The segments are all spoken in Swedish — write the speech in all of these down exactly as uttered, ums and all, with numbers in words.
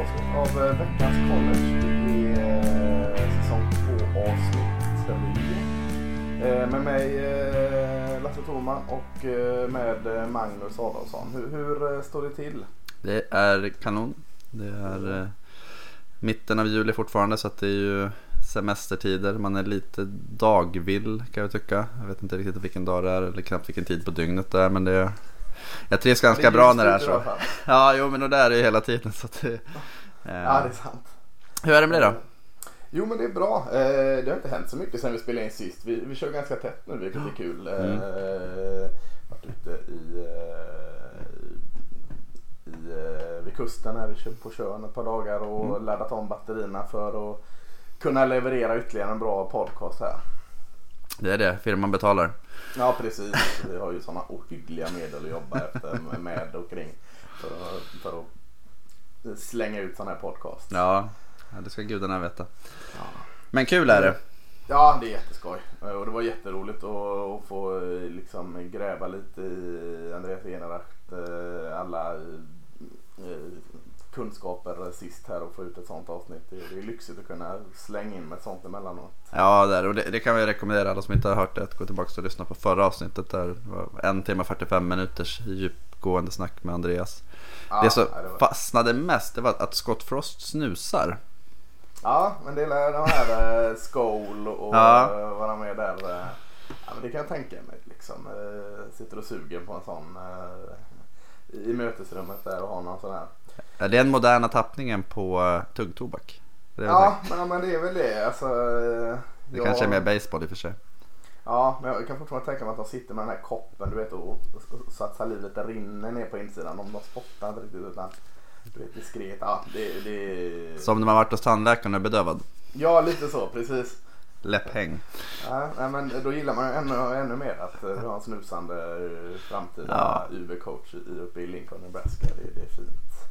avsnitt av eh, veckans college. Det är eh, säsong två avsnitt tre. Eh, med mig eh, Lasse Thorman och eh, med eh, Magnus Adolfsson. Hur, hur eh, står det till? Det är kanon. Det är eh, mitten av juli fortfarande, så att det är ju semestertider. Man är lite dagvill, kan jag tycka. Jag vet inte riktigt vilken dag det är eller knappt vilken tid på dygnet det är, men det är, jag trivs ganska bra när det är så. Ja, jo, men det är det ju hela tiden, så att det, eh. Ja, det är sant. Hur är det med dig då? Jo, men det är bra. Eh, det har inte hänt så mycket sen vi spelade in sist. Vi, vi kör ganska tätt nu, vilket är kul. Mm. Eh, varit ute i, eh, i, eh, vid kusten här. Vi kör på Tjörn ett par dagar och mm. laddat om batterierna för att kunna leverera ytterligare en bra podcast här. Det är det, firman betalar. Ja, precis. Vi har ju sådana ohyggliga medel att jobba efter med och kring för, för att slänga ut sådana här podcast. Ja, det ska gudarna veta. Ja. Men kul är det. Ja, det är jätteskoj. Och det var jätteroligt att, att få liksom gräva lite i Andreas Eneragt, alla kunskaper sist här och få ut ett sånt avsnitt. Det är lyxigt att kunna slänga in med ett sånt emellanåt. Ja, där, och det, det kan vi rekommendera alla som inte har hört det att gå tillbaka och lyssna på förra avsnittet där. Det var en timme och fyrtiofem minuters djupgående snack med Andreas. Ja, det som det var... fastnade mest, det var att Scott Frost snusar. Ja, men det är de här äh, skål och ja. äh, vad de är där. Äh, ja, men det kan jag tänka mig liksom. Äh, sitter och suger på en sån äh, i mötesrummet där och har någon sån här. Ja, det är den moderna tappningen på uh, tuggtobak. Ja, men, men det är väl det. Alltså, det jag... kanske är mer baseball i och för sig. Ja, men jag kan fortfarande tänka mig att de sitter med den här koppen, du vet, och, och, och så att salivet rinner ner på insidan. Om de spottar inte riktigt utan du vet, diskret. Ja, det, det... Som när man varit hos tandläkaren och är bedövad. Ja, lite så, precis. Läpphäng. Ja, men då gillar man ännu, ännu mer att vi har en snusande framtida ja. U V-coach uppe i Lincoln, Nebraska. Det, det är fint.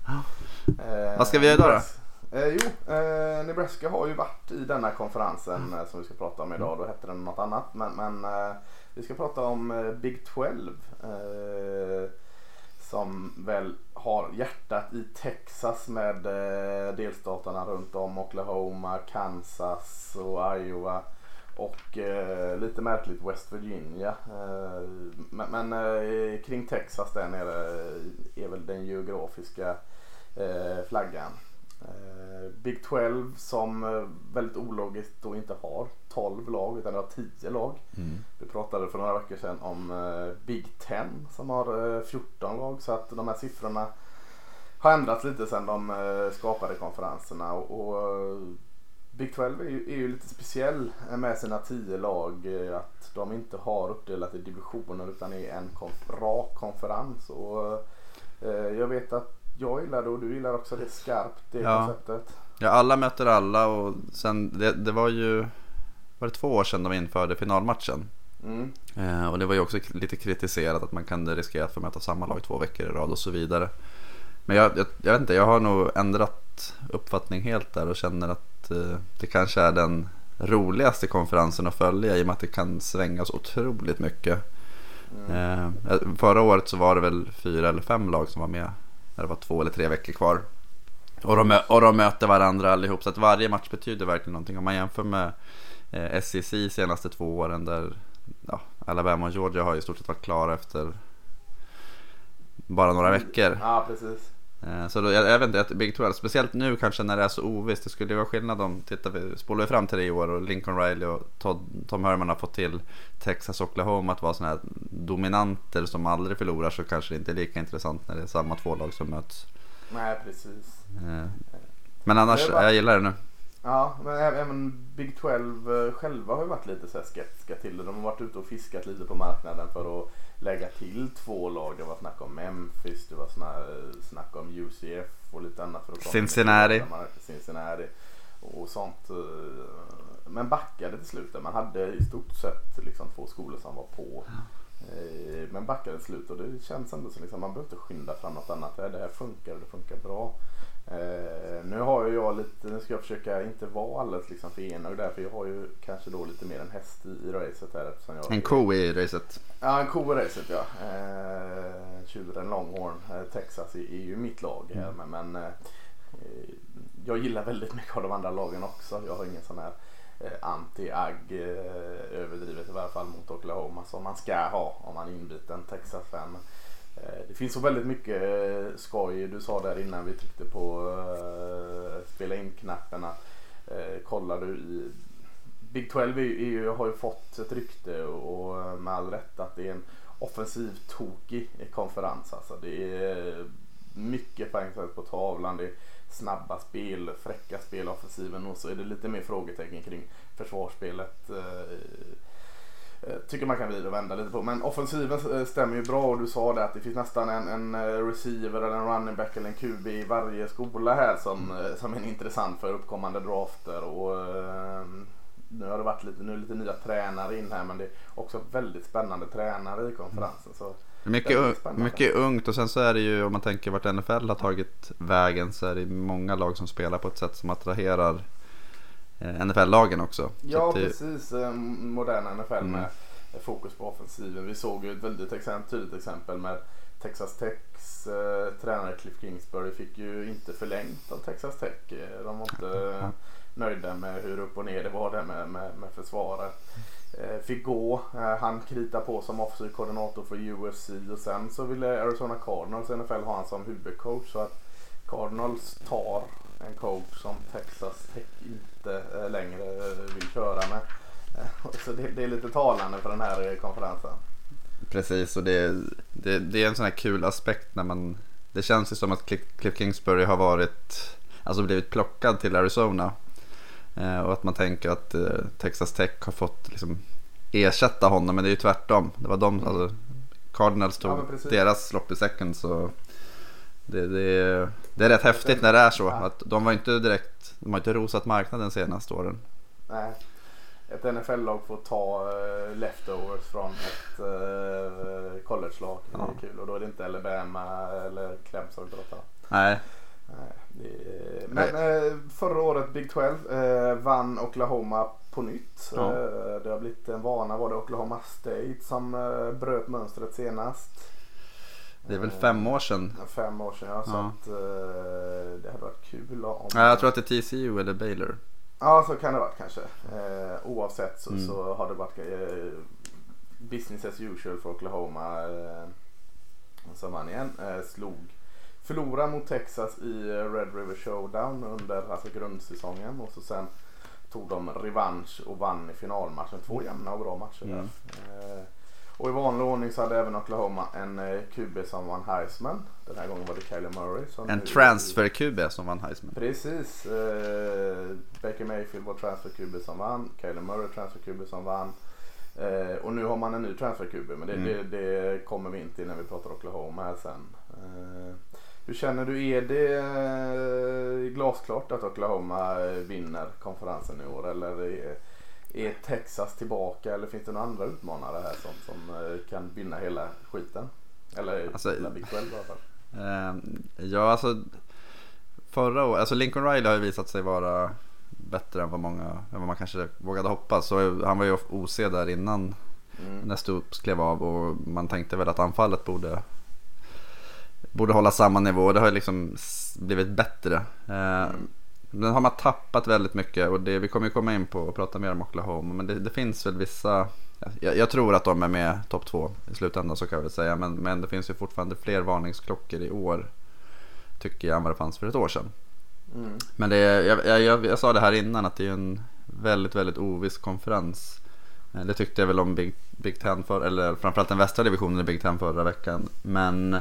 Eh, Vad ska vi göra idag då? Eh, jo, eh, Nebraska har ju varit i denna konferensen eh, som vi ska prata om idag. Då heter den något annat. Men, men eh, vi ska prata om eh, Big tolv. Eh, som väl har hjärtat i Texas med eh, delstaterna runt om. Oklahoma, Kansas och Iowa. Och eh, lite märkligt West Virginia. Eh, men men eh, kring Texas där nere är väl den geografiska eh, flaggan. Eh, Big tolv som eh, väldigt ologiskt då inte har tolv lag utan det har tio lag. Mm. Vi pratade för några veckor sedan om eh, Big tio som har eh, fjorton lag, så att de här siffrorna har ändrats lite sedan de eh, skapade konferenserna. Och, och Big tolv är ju, är ju lite speciell med sina tio lag, att de inte har uppdelat i divisioner utan är en konf- rak konferens. Och eh, jag vet att jag gillar det och du gillar också det skarpt, det ja. konceptet. Ja, alla möter alla och sen, det, det var ju var det två år sedan de införde finalmatchen. Mm. Eh, och det var ju också lite kritiserat att man kan riskera att få möta samma lag två veckor i rad och så vidare. Men jag, jag, jag vet inte, jag har nog ändrat uppfattning helt där och känner att eh, det kanske är den roligaste konferensen att följa i och med att det kan svänga så otroligt mycket. Mm. Eh, förra året så var det väl fyra eller fem lag som var med när det var två eller tre veckor kvar. Och de, och de möter varandra allihop, så att varje match betyder verkligen någonting. Om man jämför med eh, S E C senaste två åren där ja, Alabama och Georgia har i stort sett varit klara efter bara några veckor. Ja, precis. Så då, jag, jag vet inte, att Big tolv, speciellt nu kanske när det är så ovisst, det skulle ju vara skillnad om, tittar vi, spolar vi fram till det i år och Lincoln Riley och Todd, Tom Herman har fått till Texas och Oklahoma att vara såna här dominanter som aldrig förlorar, så kanske det inte är lika intressant när det är samma två lag som möts. Nej, precis. Men annars, bara... jag gillar det nu. Ja, men även Big tolv själva har ju varit lite så här skeptiska till det. De har varit ute och fiskat lite på marknaden för att lägga till två lag. Det var snack om Memphis, det var snack om U C F och lite annat. För att Cincinnati. Cincinnati och sånt. Men backade till slut. Man hade i stort sett liksom två skolor som var på. Men backade till slut och det känns ändå som liksom, man behöver inte skynda fram något annat. Det här funkar och det funkar bra. Uh, nu har ju jag lite, nu ska jag försöka inte vara alldeles liksom för ena och därför jag har ju kanske då lite mer en häst i, i racet här eftersom jag en ko i racet. Ja, en ko i racet, ja. Uh, tjuren Longhorn, uh, Texas är, är ju mitt lag här, mm. men, men uh, jag gillar väldigt mycket av de andra lagen också. Jag har ingen sån här anti-agg överdrivet i varje fall mot Oklahoma som man ska ha om man är inbiten Texas-fan. Det finns så väldigt mycket skoj. Du sa där innan vi tryckte på uh, spela in-knapparna. Uh, kollar du i Big tolv är ju, har ju fått ett rykte och med all rätt att det är en offensiv tokig konferens. Alltså det är mycket poäng på tavlan. Det är snabba spel, fräcka spel, offensiven och så är det lite mer frågetecken kring försvarsspelet. Tycker man kan vrida och vända lite på. Men offensiven stämmer ju bra och du sa det att det finns nästan en, en receiver eller en running back eller en Q B i varje skola här som, mm. som är intressant för uppkommande drafter. Och nu har det varit lite, nu är lite nya tränare in här men det är också väldigt spännande tränare i konferensen. Så mycket, un, mycket ungt och sen så är det ju om man tänker vart N F L har tagit vägen så är det många lag som spelar på ett sätt som attraherar N F L-lagen också. Ja, det... precis. Moderna N F L mm. med fokus på offensiven. Vi såg ju ett väldigt exempel, tydligt exempel med Texas Techs eh, tränare Cliff Kingsbury fick ju inte förlängt av Texas Tech. De var inte mm. nöjda med hur upp och ner det var där med, med, med försvaret. Eh, fick gå. Eh, han krita på som offensiv koordinator för U S C och sen så ville Arizona Cardinals N F L ha han som huvudcoach så att Cardinals tar en coach som Texas Tech inte eh, längre vill köra med. Eh, så det, det är lite talande för den här konferensen. Precis, och det, det, det är en sån här kul aspekt när man det känns ju som att Cliff Kingsbury har varit alltså blivit plockad till Arizona eh, och att man tänker att eh, Texas Tech har fått liksom ersätta honom men det är ju tvärtom. Det var de, alltså, Cardinals tog ja, deras sloppy second så Det, det, det är rätt häftigt när det är så ja. Att de var inte direkt de har inte rosat marknaden senaste åren. Nej. Ett N F L-lag får ta uh, leftovers från ett uh, college-lag. Det är ja. Kul och då är det inte Alabama eller Clemson. Nej. Nej det, men uh, förra året Big tolv uh, vann Oklahoma på nytt. Ja. Uh, det har blivit en vana. Var det Oklahoma State som uh, bröt mönstret senast? Det är väl fem år sedan. Fem år sedan, ja. Så ja. Att, uh, det hade varit kul om... Ja, jag tror att det är T C U eller Baylor. Ja, så kan det vara kanske. Uh, oavsett så, mm. så har det varit uh, business as usual för Oklahoma. Uh, som vann igen. Uh, slog. Förlorade mot Texas i Red River Showdown under alltså grundsäsongen. Och så sen tog de revansch och vann i finalmatchen. Två jämna och bra matcher där. Mm. Uh, Och i vanlig ordning så hade även Oklahoma en eh, Q B som vann Heisman. Den här gången var det Kyler Murray. Som en transfer-Q B som vann Heisman. Precis. Eh, Baker Mayfield var transfer-Q B som vann. Kyler Murray transfer-Q B som vann. Eh, och nu har man en ny transfer-Q B. Men det, mm. det, det kommer vi inte till när vi pratar Oklahoma här sen. Eh, hur känner du? Är det eh, glasklart att Oklahoma vinner konferensen i år? Eller är Är Texas tillbaka eller finns det några andra utmanare här som, som kan vinna hela skiten? Eller alltså, hela Big tolv i alla fall? Eh, ja, alltså förra året, alltså Lincoln Riley har ju visat sig vara bättre än vad många än vad man kanske vågade hoppas. Så han var ju O C där innan mm. nästa upp klev av och man tänkte väl att anfallet borde borde hålla samma nivå. Det har ju liksom blivit bättre. Eh, mm. Den har man tappat väldigt mycket och det, vi kommer ju komma in på och prata mer om Oklahoma men det, det finns väl vissa jag, jag tror att de är med topp två i slutändan så kan jag väl säga men, men det finns ju fortfarande fler varningsklockor i år tycker jag än vad det fanns för ett år sedan mm. men det, jag, jag, jag, jag sa det här innan att det är en väldigt väldigt oviss konferens det tyckte jag väl om Big, Big Ten för, eller framförallt den västra divisionen i Big Ten förra veckan men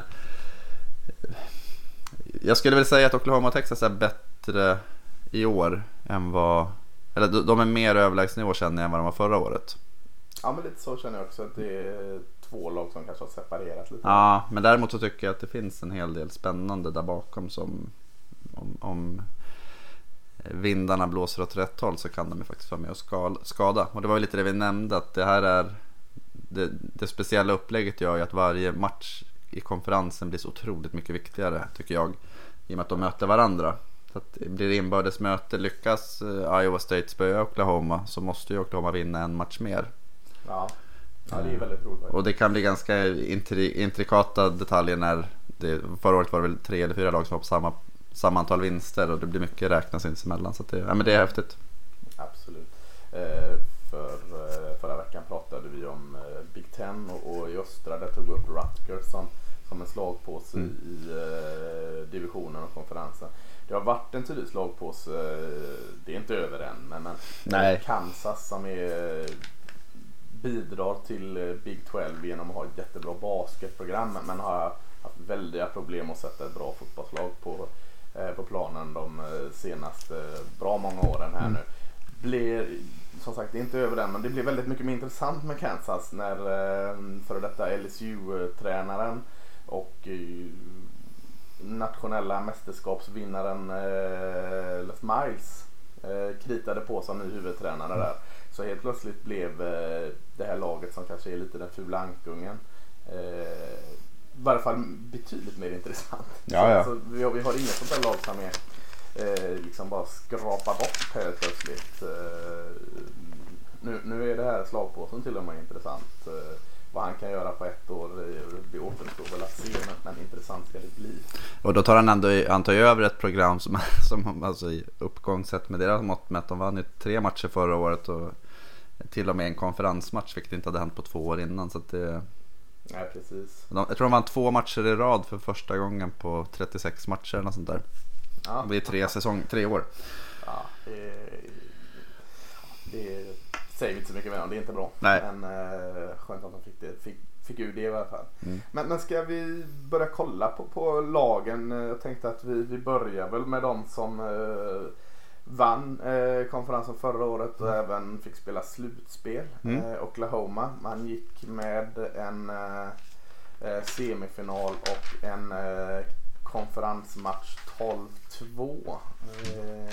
jag skulle väl säga att Oklahoma och Texas är bättre i år än vad eller de är mer överlägsna i år känner jag än vad de var förra året. Ja men lite så känner jag också att det är två lag som kanske har separerat lite. Ja men däremot så tycker jag att det finns en hel del spännande där bakom som om, om vindarna blåser åt rätt håll så kan de ju faktiskt vara med och skada och det var ju lite det vi nämnde att det här är det, det speciella upplägget gör ju att varje match i konferensen blir så otroligt mycket viktigare tycker jag i och med att de möter varandra. Så att det blir inbördes möte. Lyckas Iowa State spöa Oklahoma så måste ju Oklahoma vinna en match mer. Ja, ja det är väldigt roligt. Och det kan bli ganska intri- intrikata detaljer när det, förra året var det väl tre eller fyra lag som var på samma, samma antal vinster och det blir mycket räknas sinsemellan. Så att det, ja, men det är häftigt. Absolut. Eh, för, eh, förra veckan pratade vi om eh, Big Ten och, och i östra där tog vi upp Rutgers som, som en slagpåse mm. i eh, divisionen och konferensen. Det har varit en tydlig slagpåse, eh, det är inte över än, men, men Nej. Kansas som är, bidrar till Big tolv genom att ha ett jättebra basketprogram, men har haft väldiga problem att sätta ett bra fotbollslag på, eh, på planen de senaste bra många åren här mm. nu. Blir, som sagt, det är inte över den, men det blir väldigt mycket mer intressant med Kansas när eh, före detta L S U-tränaren och eh, nationella mästerskapsvinnaren eh, Les Miles eh, kritade på som ny huvudtränare där. Så helt plötsligt blev eh, det här laget som kanske är lite den fula ankungen eh, i varje fall betydligt mer intressant. Ja, ja. Så, så vi, har, vi har inget sånt där lag som är Eh, liksom bara skrapa bort här plötsligt. Eh, nu, nu är det här slagpåsen till och med intressant. Eh, vad han kan göra på ett år, det återstår väl att se, men, men intressant ska det bli. Och då tar han ändå, han tar ju över ett program som, som alltså i uppgångssätt med deras mått med att de vann ju tre matcher förra året och till och med en konferensmatch, vilket inte hade hänt på två år innan. Så att det, nej, precis. De, jag tror de vann två matcher i rad för första gången på trettiosex matcher eller sånt där. Ja. Det blir tre säsong, tre år. Ja, det, det säger inte så mycket mer om, det är inte bra. Nej. Men eh, skönt att de fick, det, fick, fick ur det i alla fall. Mm. Men, men ska vi börja kolla på, på lagen? Jag tänkte att vi, vi börjar väl med de som eh, vann eh, konferensen förra året och mm. även fick spela slutspel. Mm. Eh, Oklahoma, man gick med en eh, semifinal och en eh, konferensmatch tolv två. Eh,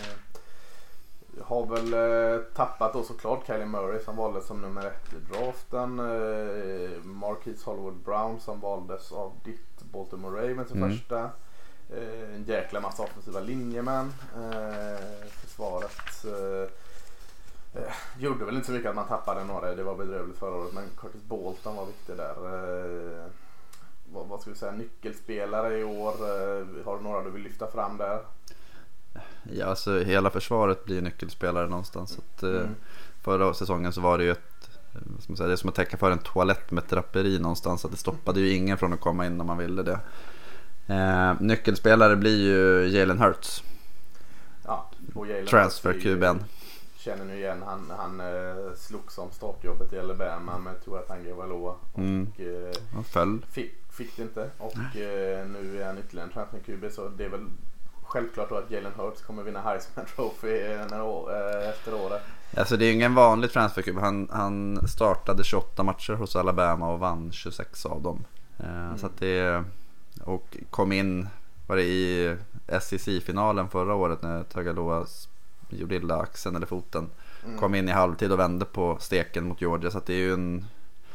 har väl eh, tappat då såklart Kylie Murray som valdes som nummer ett i draften. Eh, Marquise Hollywood Brown som valdes av ditt Baltimore Ravens i mm. första. Eh, en jäkla massa offensiva linjemän. Eh, försvaret eh, eh, gjorde väl inte så mycket att man tappade några. Det var bedrövligt förra året, men Curtis Bolton var viktig där. Eh, vad, vad ska vi säga, nyckelspelare i år. Eh, har du några du vill lyfta fram där? Ja, alltså hela försvaret blir nyckelspelare någonstans. Så att, mm. Förra säsongen så var det ju ett, vad ska man säga, det är som att täcka för en toalett med draperi någonstans. Så att det stoppade ju ingen från att komma in om man ville det. Eh, nyckelspelare blir ju Jalen Hurts. Ja, och Jalen transfer-Q B. Känner nu igen, han, han eh, slog som startjobbet i Alabama med Tua Tagovailoa och mm. eh, föll. Fick, fick det inte och eh, nu är han ytterligare en transfer-Q B, så det är väl självklart då att Jalen Hurts kommer vinna Heisman Trophy när, äh, efter året. Alltså det är ju ingen vanlig transfer-Q B. Han, han startade tjugoåtta matcher hos Alabama och vann tjugosex av dem. Eh, mm. Så att det, och kom in var det i S E C-finalen förra året när Tagovailoa gjorde illa axeln eller foten. Mm. Kom in i halvtid och vände på steken mot Georgia. Så att det är ju en...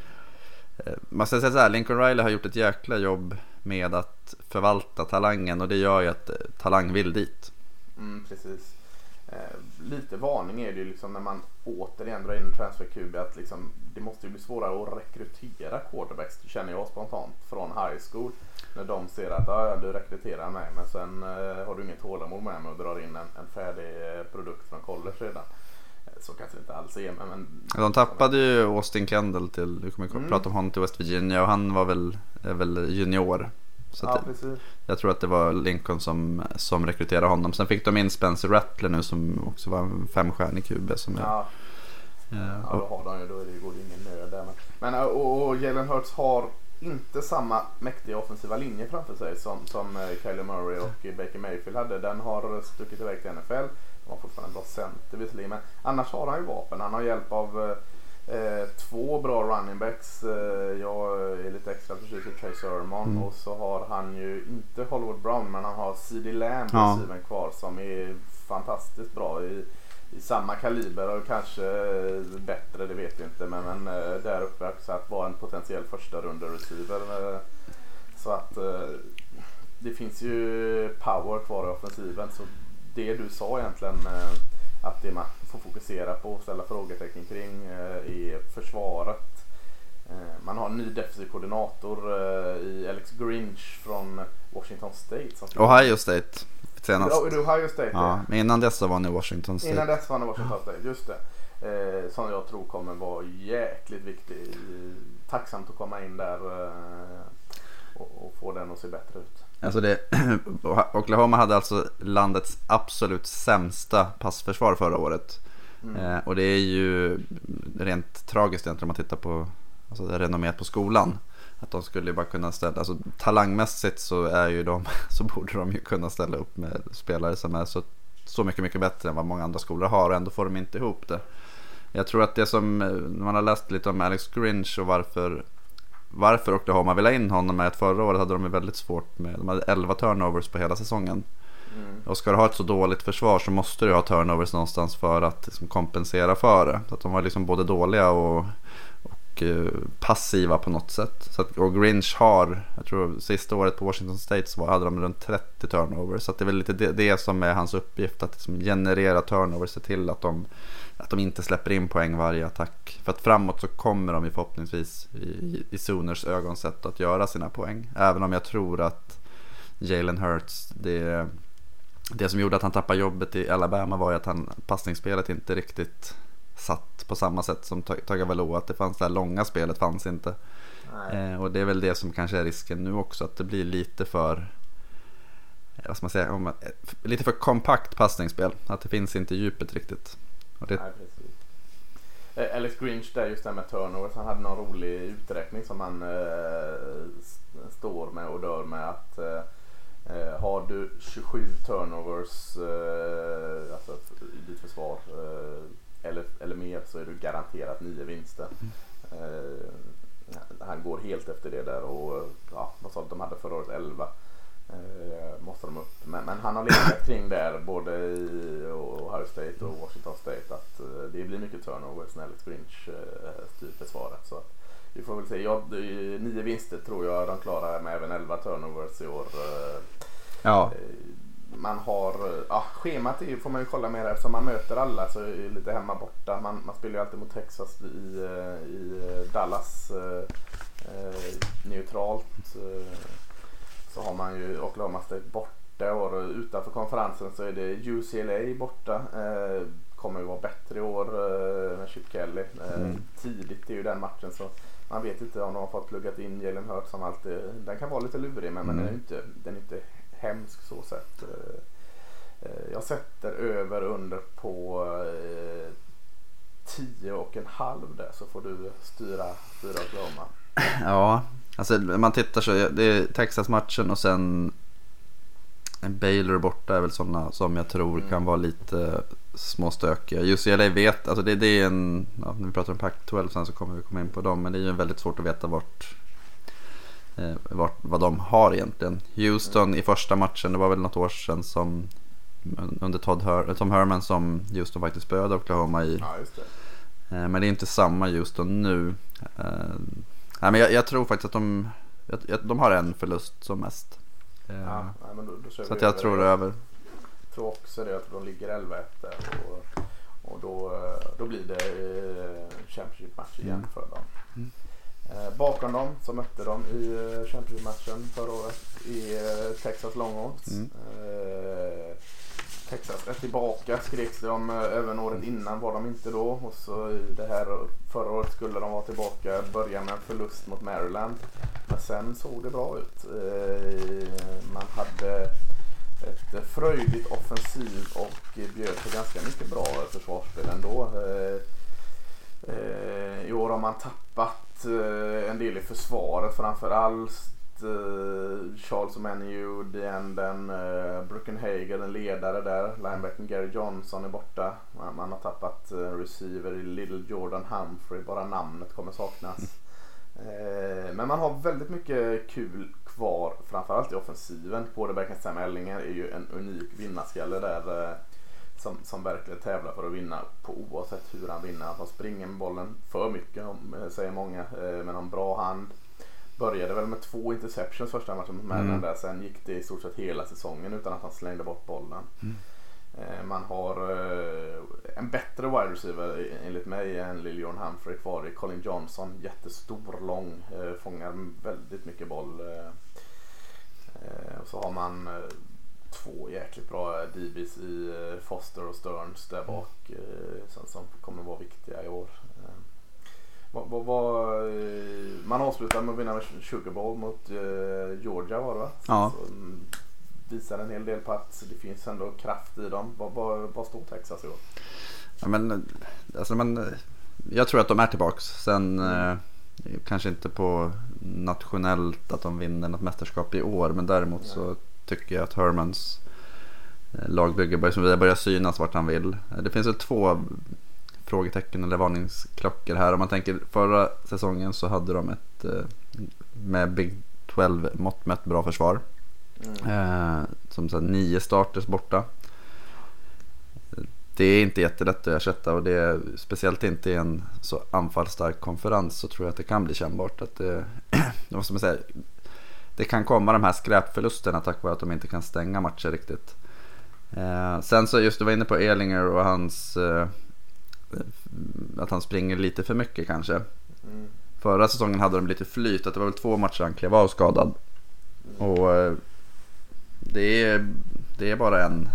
Man ska säga så här, Lincoln Riley har gjort ett jäkla jobb med att förvalta talangen, och det gör ju att talang vill dit. Mm, precis. Eh, lite varning är det ju liksom när man återigen drar in en transfer-Q B att liksom, det måste ju bli svårare att rekrytera quarterbacks, känner jag spontant, från high school. När de ser att ah, du rekryterar mig, men sen eh, har du inget tålamod med mig och drar in en, en färdig produkt från college redan. Så kanske det inte alls är, men... De tappade ju Austin Kendall till, vi kommer mm. prata om honom, till West Virginia, och han var väl, är väl junior. Så ja, att, precis. Jag tror att det var Lincoln som, som rekryterade honom. Sen fick de in Spencer Rattler nu som också var en femstjärnig Q B som ja. är, ja, ja, då har de ju, då är det, går det ingen nöd där. Men, men och, och Jalen Hurts har inte samma mäktiga offensiva linje framför sig som, som Kyler Murray och Baker Mayfield hade. Den har stuckit iväg till N F L. De har fortfarande en bra center visserligen, men annars har han ju vapen. Han har hjälp av eh, två bra running backs. Eh, jag är lite extra förtjust i Trey Sermon, mm. och så har han ju inte Hollywood Brown, men han har C D Lamb ja. kvar som är fantastiskt bra i, i samma kaliber och kanske bättre, det vet vi inte, men, men där uppe också att vara en potentiell första runda receiver. Så att det finns ju power kvar i offensiven, så det du sa egentligen, att det man får fokusera på och ställa frågetecken kring i försvaret. Man har en ny defensiv koordinator i Alex Grinch från Washington State. Som Ohio State. senast. Ohio State. Ja, men innan dess så var ni Washington State. Innan dess var ni Washington State, just det. Eh, som jag tror kommer vara jäkligt viktig. Tacksamt att komma in där eh, och, och få den att se bättre ut. Alltså det, Oklahoma hade alltså landets absolut sämsta passförsvar förra året. Mm. Eh, och det är ju rent tragiskt egentligen om man tittar på alltså det renommerat på skolan. Att de skulle bara kunna ställa, alltså talangmässigt så är ju de, så borde de ju kunna ställa upp med spelare som är så, så mycket mycket bättre än vad många andra skolor har, och ändå får de inte ihop det. Jag tror att det som man har läst lite om Alex Grinch och varför varför Oklahoma ville in honom är att förra året hade de ju väldigt svårt med, de hade elva turnovers på hela säsongen. Mm. Och ska du ha ett så dåligt försvar så måste du ha turnovers någonstans för att liksom kompensera för det. Så att de var liksom både dåliga och, och uh, passiva på något sätt. Så att, och Grinch har, jag tror sista året på Washington State så hade de runt trettio turnovers. Så att det är väl lite det, det som är hans uppgift, att liksom generera turnovers, se till att de att de inte släpper in poäng varje attack. För att framåt så kommer de ju förhoppningsvis i, i Sooners ögonsätt att göra sina poäng. Även om jag tror att Jalen Hurts, det, det som gjorde att han tappade jobbet i Alabama var ju att han, passningsspelet inte riktigt satt på samma sätt som Tagovailoa. Att det fanns det här långa spelet fanns inte. Eh, och det är väl det som kanske är risken nu också, att det blir lite för vad ska man säga, om, lite för kompakt passningsspel. Att det finns inte djupet riktigt. Det... Nej, precis. Eh, Alex Grinch där, just det med turnovers, han hade någon rolig uträkning som han eh, står med och dör med att eh, har du tjugosju turnovers eh, alltså i ditt försvar eh, eller, eller mer så är du garanterat nio vinster. Eh, han går helt efter det där och ja, vad sa de hade förra året elva. Eh, måste de upp. Men, men han har legat kring där både i Ohio State och Washington State att eh, det blir mycket turnovers när Alex Grinch eh, styr försvaret. Så att vi får väl se. Ja, nio vinster tror jag de klarar med även elva turnovers i år. Eh, ja. Man har, ja, schemat är, får man ju kolla med eftersom man möter alla så är det lite hemma borta. Man, man spelar ju alltid mot Texas i, i Dallas eh, neutralt. Eh, så har man ju Oklahoma State borta och utanför konferensen så är det U C L A borta. Eh, kommer ju vara bättre i år eh, med Chip Kelly. Eh, mm. Tidigt är ju den matchen så man vet inte om de har fått pluggat in Jalen Hurts som alltid. Den kan vara lite lurig men, mm. men den är inte, den är inte hemsk så sett. Eh, jag sätter över under på eh, tio och en halv där så får du styra, styra Oklahoma. Ja. Alltså man tittar så, det är Texas-matchen och sen en Baylor borta är väl sådana som jag tror mm. kan vara lite småstökiga. U C L A vet, alltså det, det är en, ja, när vi pratar om Pac tolv sen så kommer vi komma in på dem, men det är ju väldigt svårt att veta vart, eh, vart vad de har egentligen. Houston mm. i första matchen, det var väl något år sedan som under Todd Her- Tom Herman som Houston faktiskt spöade Oklahoma i. Ja, just det. Eh, men det är inte samma Houston nu. Eh, Nej, men jag, jag tror faktiskt att de, jag, de har en förlust som mest. Ja, nej, men då, då så att jag över tror det över. Jag tror också det, att de ligger elva ett där och, och då, då blir det Championship-match igen mm. för dem. Mm. Eh, bakom dem så mötte de i Championship-matchen förra året i Texas Longhorns. Mm. Eh, Texas är tillbaka, skreks de även året innan var de inte då och så det här förra året skulle de vara tillbaka, börja med en förlust mot Maryland men sen såg det bra ut. Man hade ett fröjdigt offensiv och bjöd på ganska mycket bra försvarsspel ändå. I år har man tappat en del i försvaret, framförallt Charles Omenihu, den uh, Brooken Hager, den ledare där, linebacken Gary Johnson är borta. Man, man har tappat uh, receiver i Little Jordan Humphrey, bara namnet kommer saknas. uh, men man har väldigt mycket kul kvar, framförallt i offensiven. Quarterbacken Sam Ellinger är ju en unik vinnarskalle där uh, som, som verkligen tävlar för att vinna på oavsett hur han vinner. Han springer med bollen för mycket, säger många, uh, med en bra hand. Började väl med två interceptions första matchen mot Maryland mm. där, sen gick det i stort sett hela säsongen utan att han slängde bort bollen. Mm. Eh, man har eh, en bättre wide receiver enligt mig än Lil Jordan Humphrey kvar i Colin Johnson, jättestor, lång, eh, fångar väldigt mycket boll. Eh, och så har man eh, två jäkligt bra D Bs i Foster och Stearns där bak eh, som, som kommer vara viktiga i år. Eh, vad, vad, vad, man avslutar med att vinna med Sugar Bowl mot eh, Georgia var det va? Ja. Så, um, visar en hel del på att det finns ändå kraft i dem. Vad, vad, vad står Texas i år? Ja, men, alltså, man, jag tror att de är tillbaks. Sen mm. eh, kanske inte på nationellt att de vinner något mästerskap i år, men däremot Nej. så tycker jag att Hermans lagbygge börjar, börjar synas vart han vill. Det finns väl två frågetecken eller varningsklockor här. Om man tänker förra säsongen så hade de ett med Big tolv mått mätt bra försvar. Mm. Eh, som så här, nio starters borta. Det är inte jättelätt att ersätta, och det är speciellt inte i en så anfallsstark konferens, så tror jag att det kan bli kännbart att det, det måste man säga, det kan komma de här skräpförlusterna tack vare att de inte kan stänga matcher riktigt. Eh, sen så just du var inne på Ehlinger och hans eh, att han springer lite för mycket kanske. Mm. Förra säsongen hade de lite flyt, att det var väl två matcher han klev av skadad. Mm. Och eh, det är det är bara en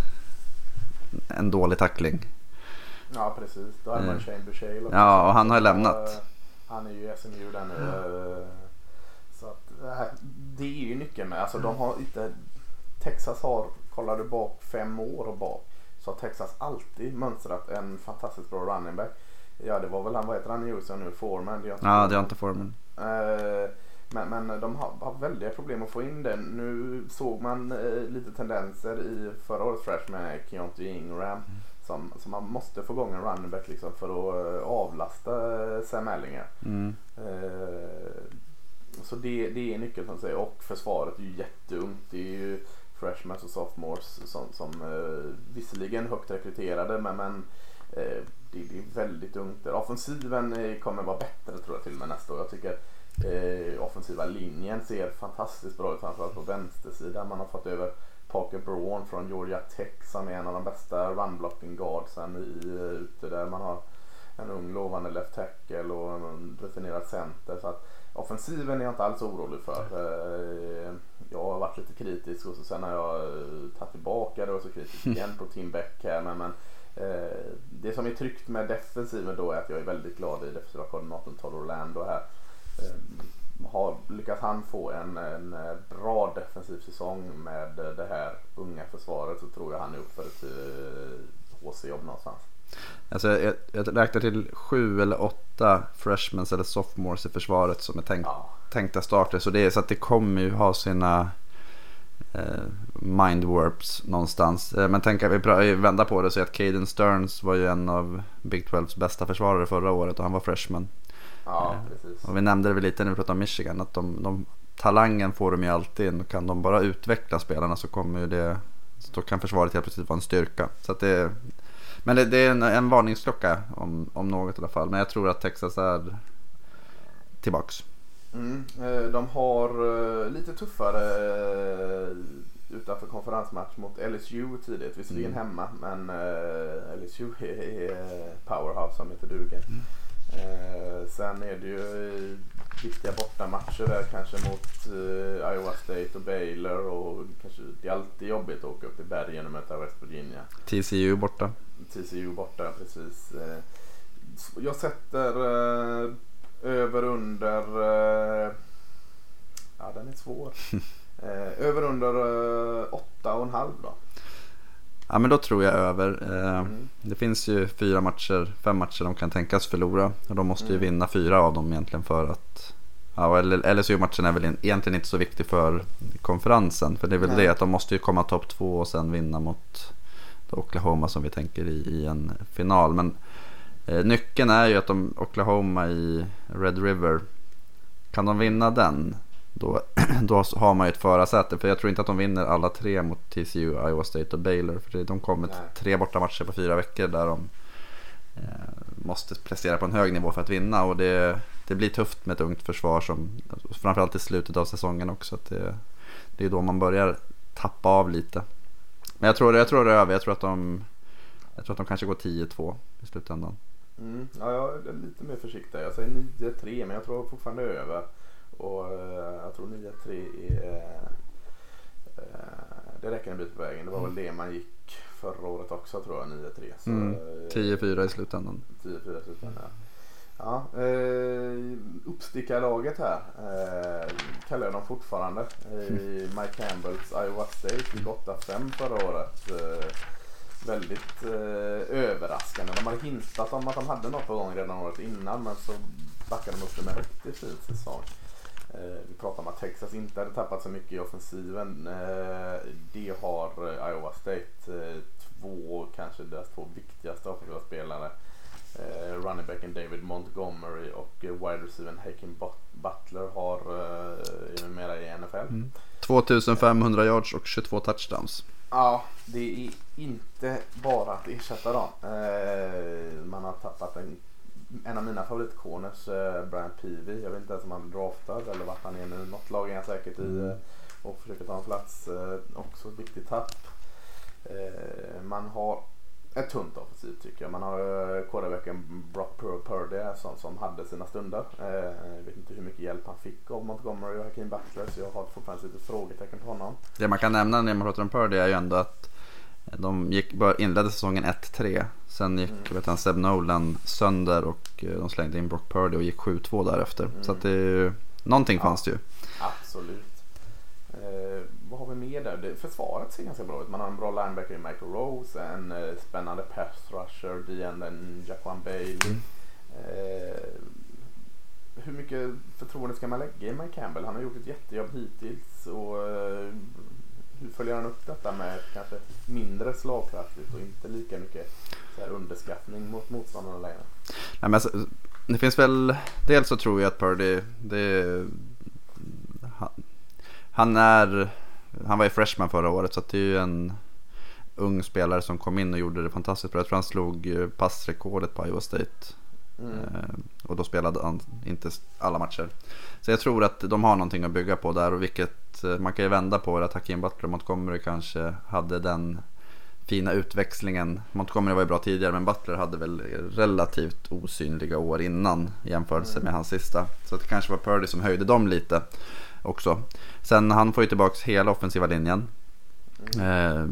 en dålig tackling. Ja, precis. Då är man mm. Shane Bushale. Ja, och han har lämnat. Han är ju S M U där nu. Mm. Så att det är ju nyckeln med. Alltså de har inte, Texas har, kollar du bak fem år och bak, så har Texas alltid mönstrat en fantastiskt bra running back. Ja, det var väl han, vad heter han i U S A nu? Foreman. Det ja, det är inte Foreman. Uh, men, men de har, har väldiga problem att få in den. Nu såg man uh, lite tendenser i förra årets freshman med Keontae Ingram. Mm. Som, som man måste få igång en running back liksom för att uh, avlasta uh, Sam Ellinger. Mm. Uh, så det, det är nyckeln som säger. Och försvaret är ju jätteungt. Det är ju freshmans och sophomores som, som uh, visserligen högt rekryterade, men, men uh, det, det är väldigt ungt. Offensiven uh, kommer vara bättre tror jag till och med nästa år. Jag tycker uh, offensiva linjen ser fantastiskt bra ut, framförallt på vänstersidan. Man har fått över Parker Braun från Georgia Tech som är en av de bästa run-blocking guardsen i, ute där. Man har en ung lovande left tackle och en rutinerad center. Så att offensiven är jag inte alls orolig för. Jag har varit lite kritisk och så sen har jag tagit tillbaka det och så kritisk igen på Tim Beck här. Men, men det som är tryggt med defensiven då är att jag är väldigt glad i defensiva koordinatorn Todd Orlando här. Har lyckats han få en, en bra defensiv säsong med det här unga försvaret, så tror jag han är upp för ett H C-jobb någonstans. Alltså jag, jag räknar till sju eller åtta freshmans eller sophomores i försvaret som är tänkt, ja. tänkta starter, så det är så att det kommer ju ha sina eh, mind warps någonstans. Eh, men tänk att vi vända på det så att Caden Stearns var ju en av Big tolvs bästa försvarare förra året och han var freshman. Ja, precis. Och vi nämnde det väl lite när vi pratade om Michigan, att de, de talangen får de ju alltid in, och kan de bara utveckla spelarna så kommer ju det, så kan försvaret helt plötsligt vara en styrka. Så att det, men det, det är en, en varningsklocka om, om något i alla fall. Men jag tror att Texas är tillbaks. Mm, de har lite tuffare utanför konferensmatch mot L S U tidigt, visserligen mm. hemma, men L S U är powerhouse som heter dugen. Mm. Eh, sen är det ju viktiga bortamatcher där kanske mot eh, Iowa State och Baylor, och kanske det är alltid jobbigt att åka upp till bergen och möta West Virginia. T C U borta. T C U borta, precis. Eh, jag sätter eh, över under eh, ja, den är svår. eh, över under eh, åtta och en halv då. Ja, men då tror jag över. Eh, mm. Det finns ju fyra matcher, fem matcher de kan tänkas förlora. Och de måste ju mm. vinna fyra av dem egentligen för att... Ja, L S U-matchen är väl egentligen inte så viktig för konferensen. För det är väl Nej. det att de måste ju komma topp två och sen vinna mot Oklahoma som vi tänker i, i en final. Men eh, nyckeln är ju att de, Oklahoma i Red River, kan de vinna den, Då, då har man ju ett förarsäte. För jag tror inte att de vinner alla tre mot T C U, Iowa State och Baylor. För de kommer till tre borta matcher på fyra veckor där de eh, måste prestera på en hög nivå för att vinna. Och det, det blir tufft med ett ungt försvar som, framförallt i slutet av säsongen också. Att det, det är då man börjar tappa av lite. Men jag tror, jag tror det är över. Jag tror att de, jag tror att de kanske går tio två i slutändan. Mm, ja, jag är lite mer försiktig. Jag säger nio tre, men jag tror fortfarande över. Och uh, jag tror nio tre är uh, det räcker en bit på vägen. Det var väl det man gick förra året också, tror jag, nio tre. Så, mm. tio fyra i slutändan. tio fyra i slutändan, ja. Ja, eh, uppstickarlaget här eh, kallar jag dem fortfarande. I Mike Campbells Iowa State gick åtta fem förra året. Eh, väldigt eh, överraskande. De hade hintat om att de hade något på gång redan året innan, men så backade de upp det med en riktigt fin säsong. Eh, vi pratar om att Texas inte hade tappat så mycket i offensiven. Eh, det har Iowa State. Eh, två, kanske deras två viktigaste offensiva spelare. Eh, running backen David Montgomery och eh, wide receiver Hakeem Butler har eh, mera i N F L. Mm. tvåtusenfemhundra yards och tjugotvå touchdowns. Ja, det är inte bara att ersätta dem. Eh, man har tappat en, en av mina favoritcorners, eh, Brian Peavy. Jag vet inte ens om han är draftad eller vart han är nu. Något lag är han säkert i eh, och försöker ta en plats. Eh, också ett viktigt tapp. Eh, man har ett tunt offensiv, tycker jag. Man har uh, quarterbacken Brock Purdy som, som hade sina stunder. Uh, jag vet inte hur mycket hjälp han fick av Montgomery och Hakeem Butler, så jag har fortfarande lite frågetecken på honom. Det man kan nämna när man pratar om Purdy är ju ändå att de gick, bara inledde säsongen ett tre. Sen gick mm. vet han, Seb Nolan sönder och de slängde in Brock Purdy och gick sju två därefter. Mm. Så att det är ju, någonting ja, fanns det ju. Absolut. Eh, vad har vi mer där? Det, försvaret ser ganska bra ut. Man har en bra linebacker i Michael Rose, en eh, spännande pass rusher, D N, en Jaquan Bailey. Mm. Eh, hur mycket förtroende ska man lägga i Mike Campbell? Han har gjort ett jättejobb hittills, och eh, hur följer han upp detta med kanske mindre slagkraftigt och inte lika mycket så här underskattning mot motståndarna längre? Nej, men alltså, det finns väl, dels så tror jag att Purdy, det han, han är han var ju freshman förra året, så att det är ju en ung spelare som kom in och gjorde det fantastiskt bra. Jag tror han slog passrekordet på Iowa State. Mm. Eh, och då spelade han inte alla matcher. Så jag tror att de har någonting att bygga på där, och vilket man kan ju vända på det, att Hakeem Butler Montgomery kanske hade den fina utväxlingen. Montgomery var ju bra tidigare, men Butler hade väl relativt osynliga år innan i jämförelse mm. med hans sista. Så det kanske var Purdy som höjde dem lite också. Sen han får ju tillbaks hela offensiva linjen. Mm. Eh,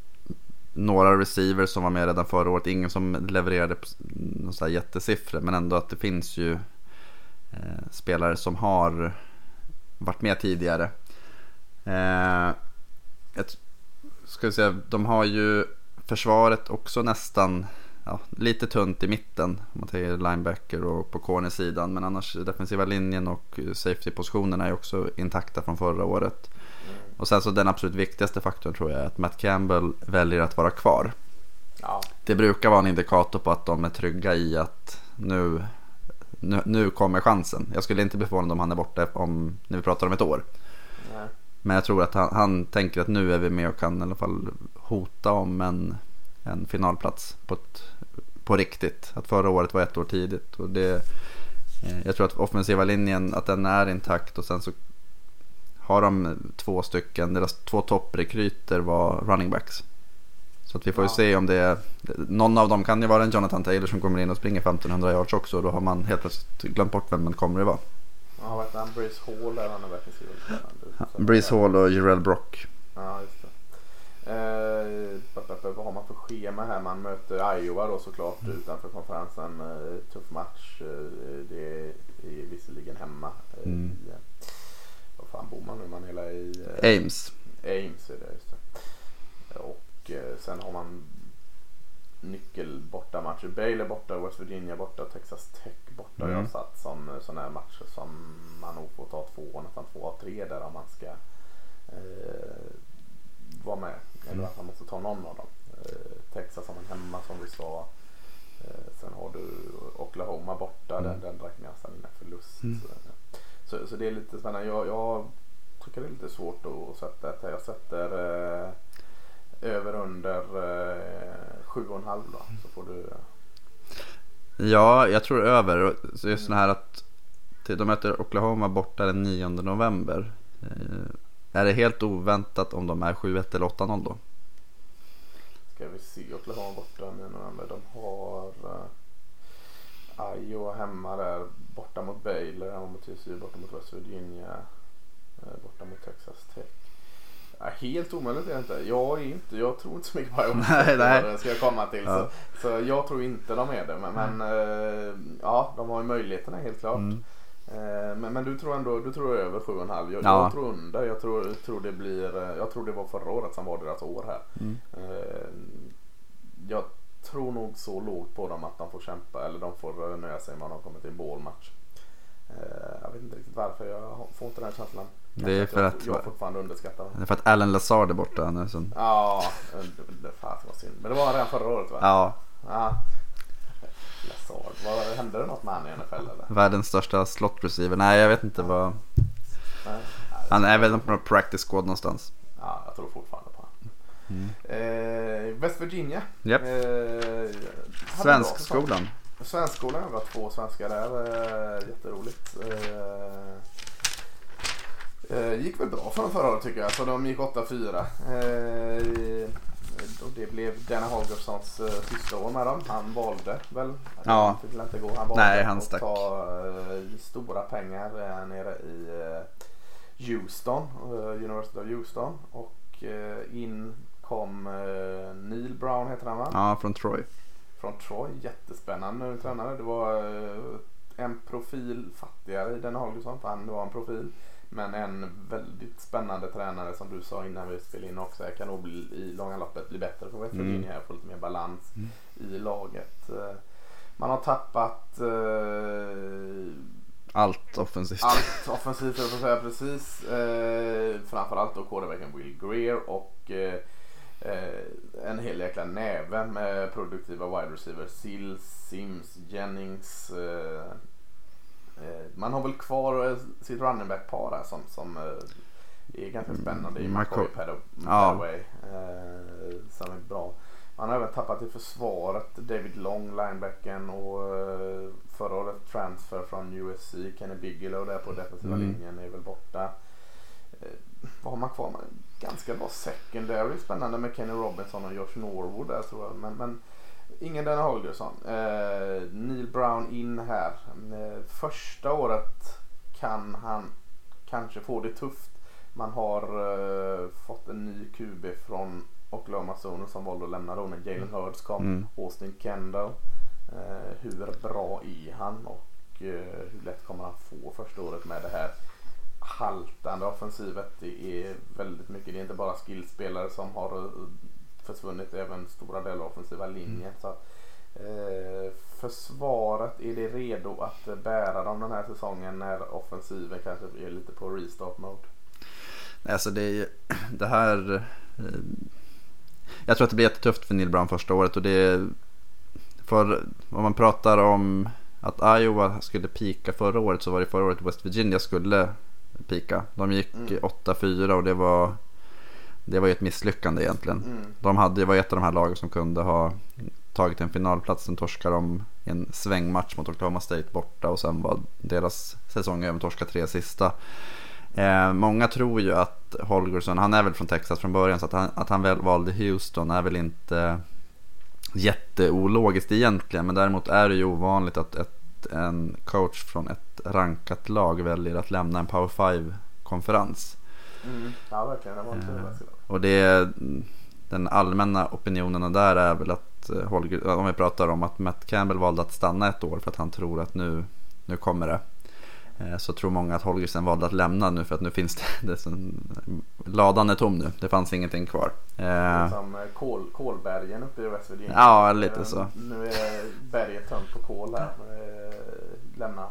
några receivers som var med redan förra året. Ingen som levererade någon sån här jättesiffror, men ändå att det finns ju eh, spelare som har varit med tidigare. Eh, ett, ska vi säga, de har ju försvaret också nästan, ja, lite tunt i mitten om man tänker linebacker och på cornersidan, men annars defensiva linjen och safety-positionerna är också intakta från förra året. Mm. Och sen så den absolut viktigaste faktorn tror jag är att Matt Campbell väljer att vara kvar. Ja. Det brukar vara en indikator på att de är trygga i att nu, nu, nu kommer chansen. Jag skulle inte bli förvånad om han är borta om, när vi pratar om ett år. Nej. Men jag tror att han, han tänker att nu är vi med och kan i alla fall hota om en, en finalplats på, ett, på riktigt. Att förra året var ett år tidigt. Och det, eh, jag tror att offensiva linjen, att den är intakt, och sen så har de två stycken, deras två topprekryter var running backs. Så att vi får ju ja. se om det är, någon av dem kan ju vara en Jonathan Taylor som kommer in och springer femtonhundra yards också, och då har man helt plötsligt glömt bort vem man kommer att vara. Ja, vad heter han? Breeze Hall där han är verkligen så. Breeze Hall och Jarrell Brock. Ja, just det. Eh, vad har man för schema här? Man möter Iowa då såklart mm. utanför konferensen. Eh, tuff match. Eh, det är visserligen hemma. Eh, mm. i, vad fan bor man nu? Man hela i eh, Ames. Ames är det, just det. Och eh, sen har man nyckel borta matcher. Baylor borta, West Virginia borta, Texas Tech borta. Mm. Jag har satt som sådana här matcher som man nog får ta två, nästan två av tre där om man ska eh, vara med. Eller att man måste ta någon av dem. Eh, Texas har man hemma som vi sa. Eh, sen har du Oklahoma borta. Mm. Den, den drack nästan in en förlust. Mm. Så, så, så det är lite spännande. Jag, jag tycker det är lite svårt att sätta det. Jag sätter eh, över under eh, sju och en halv då. Så får du... Ja, jag tror över. Så just mm. här att de möter Oklahoma borta den nionde november. Eh, är det helt oväntat om de är sju ett eller åtta noll då? Ska vi se, Oklahoma borta nionde november. De har uh, Iowa hemma där, borta mot Baylor, hemma mot T C U, borta mot West Virginia, uh, borta mot Texas Tech. Ja, helt omöjligt är det inte. Jag är inte, jag tror inte så mycket på Iowa nej, nej. ska jag komma till. Ja. Så, så jag tror inte de är det. Men, men mm. ja, de har ju möjligheterna helt klart. Mm. Men, men du tror ändå, du tror över sju komma fem. Jag, ja. jag tror under. Jag tror, tror det blir, jag tror det var förra året som var deras år här. Mm. Jag tror nog så lågt på dem att de får kämpa eller de får nöja sig med att de kommer till en ballmatch. Jag vet inte riktigt varför, jag får inte den känslan. Det är för jag, att jag fortfarande underskattar dem. Det är för att Alan Lazard är borta nu. Så. Ja, det fan var synd. Men det var redan förra året va? Ja. Ja. Lazard, vad hände det något med han i N F L eller? Världens största slot receiver. Nej, jag vet inte ja. vad. Nej, han är väl på någon practice squad någonstans. Ja, jag tror fortfarande på han. Mm. Eh, West Virginia. Yep. Eh, Svenskskolan. Svenskskolan, jag var två svenskar där. Eh, jätteroligt. Eh, eh, gick väl bra för dem förra året tycker jag. Så de gick åtta fyra. Eh, och det blev Danny Holgerssons uh, sista år med dem. Han valde väl. Ja. Fick inte gå. Han valde Nej, han att stack. ta uh, stora pengar uh, nere i uh, Houston, uh, University of Houston. Och uh, in kom uh, Neil Brown heter han va? Ja, från Troy. Från Troy, jättespännande tränare. Det var uh, en profil fattigare i Danny Holgersson för han var en profil. Men en väldigt spännande tränare som du sa innan vi spelade in också. Jag kan nog bli, i långa loppet bli bättre för West Virginia mm. få lite mer balans mm. i laget. Man har tappat uh, allt offensivt. Allt offensivt, jag får säga precis. Uh, framförallt då quarterbacken Will Greer och uh, uh, en hel jäkla näve med produktiva wide receivers. Sills, Sims, Jennings. Uh, Man har väl kvar sitt running back par där som, som är ganska spännande i McCoy Padaway eh, som är bra. Man har även tappat i försvaret David Long, linebacken och eh, förra året transfer från U S C Kenny Bigelow där på defensiva mm. linjen är väl borta. Eh, vad har man kvar? Man ganska bra secondary, spännande med Kenny Robinson och Josh Norwood där tror jag. Men, men ingen Danny Holgersson. Eh, Neil Brown in här. Eh, första året kan han kanske få det tufft. Man har eh, fått en ny Q B från Oklahoma Sooner som valde att lämna då när Jalen Hurts kom. Mm. Austin Kendall. Eh, hur bra är han och eh, hur lätt kommer han få första året med det här haltande offensivet? Det är väldigt mycket. Det är inte bara skillspelare som har försvunnit, även stora delar av offensiva linjen. Mm. Så, eh, försvaret, är det redo att bära dem den här säsongen när offensiven kanske är lite på restart mode? Alltså det är det här eh, jag tror att det blir jättetufft för Neil Brown första året och det är för om man pratar om att Iowa skulle pika förra året så var det förra året West Virginia skulle pika. De gick mm. åtta fyra och det var Det var ju ett misslyckande egentligen. Mm. De hade, det var ett av de här lagen som kunde ha tagit en finalplats. Sen torskade de en svängmatch mot Oklahoma State borta. Och sen var deras säsong över torska tre sista. Eh, många tror ju att Holgersson, han är väl från Texas från början. Så att han, att han väl valde Houston är väl inte jätteologiskt egentligen. Men däremot är det ju ovanligt att ett, en coach från ett rankat lag väljer att lämna en Power five-konferens. Mm. Ja, verkligen. Det var inte eh, och det är, den allmänna opinionen där är väl att Holger, om vi pratar om att Matt Campbell valde att stanna ett år för att han tror att nu, nu kommer det, eh, så tror många att Holgersen valde att lämna nu för att nu finns det, det som, ladan är tom nu, det fanns ingenting kvar. Eh, som kol, kolbergen uppe i West Virginia. Ja, lite så. Nu är berget tömt på kol här. Eh, lämna.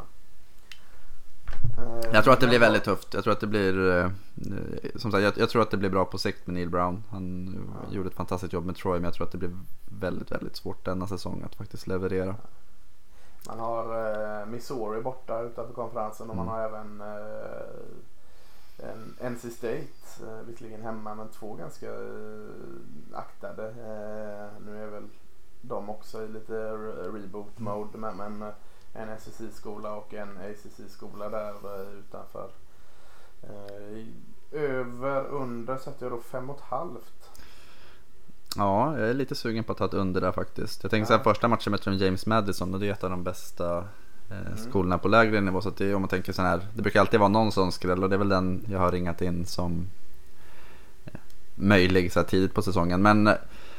Jag tror att det blir väldigt tufft. Jag tror att det blir eh, som sagt, jag, jag tror att det blir bra på sikt med Neil Brown. Han ja. gjorde ett fantastiskt jobb med Troy, men jag tror att det blir väldigt väldigt svårt denna säsong att faktiskt leverera. Man har eh, Missouri borta utanför konferensen och mm. man har även eh, en N C State eh, visserligen hemma, men två ganska eh, aktade. Eh, nu är väl de också i lite reboot mode, men, men en S E C-skola och en A C C-skola där uh, utanför. Uh, över under sätter jag då fem och ett halvt. Ja, jag är lite sugen på att ta ett under där faktiskt. Jag tänker ja. så här, första matchen mötte de James Madison och det är ett av de bästa eh, mm. skolorna på lägre nivå. Så att det, om man tänker så här, det brukar alltid vara någon sån skräll och det är väl den jag har ringat in som möjlig så här tidigt på säsongen. Men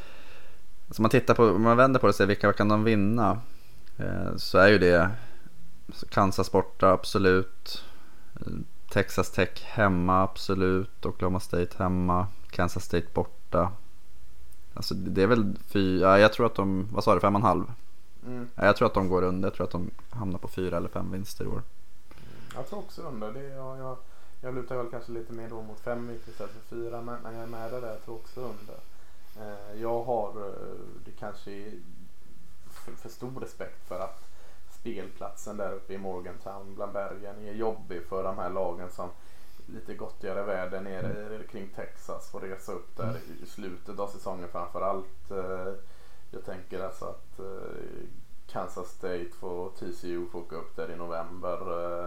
så man tittar på, om man vänder på det och ser vilka kan de vinna, eh, så är ju det Kansas borta, absolut. Texas Tech hemma, absolut. Oklahoma State hemma. Kansas State borta. Alltså det är väl fyra, ja, jag tror att de, vad sa du, fem och en halv? Mm. Ja, jag tror att de går under, jag tror att de hamnar på fyra eller fem vinster i år. Jag tror också under, det, jag, jag, jag lutar väl kanske lite mer då mot fem vinster istället för fyra, men när jag är med där, jag tror också under. Eh, jag har, det kanske är för, för stor respekt för att spelplatsen där uppe i Morgantown bland bergen är jobbig för de här lagen som lite gottigare väder nere kring Texas får resa upp där i slutet av säsongen framförallt. Jag tänker alltså att Kansas State får T C U få åka upp där i november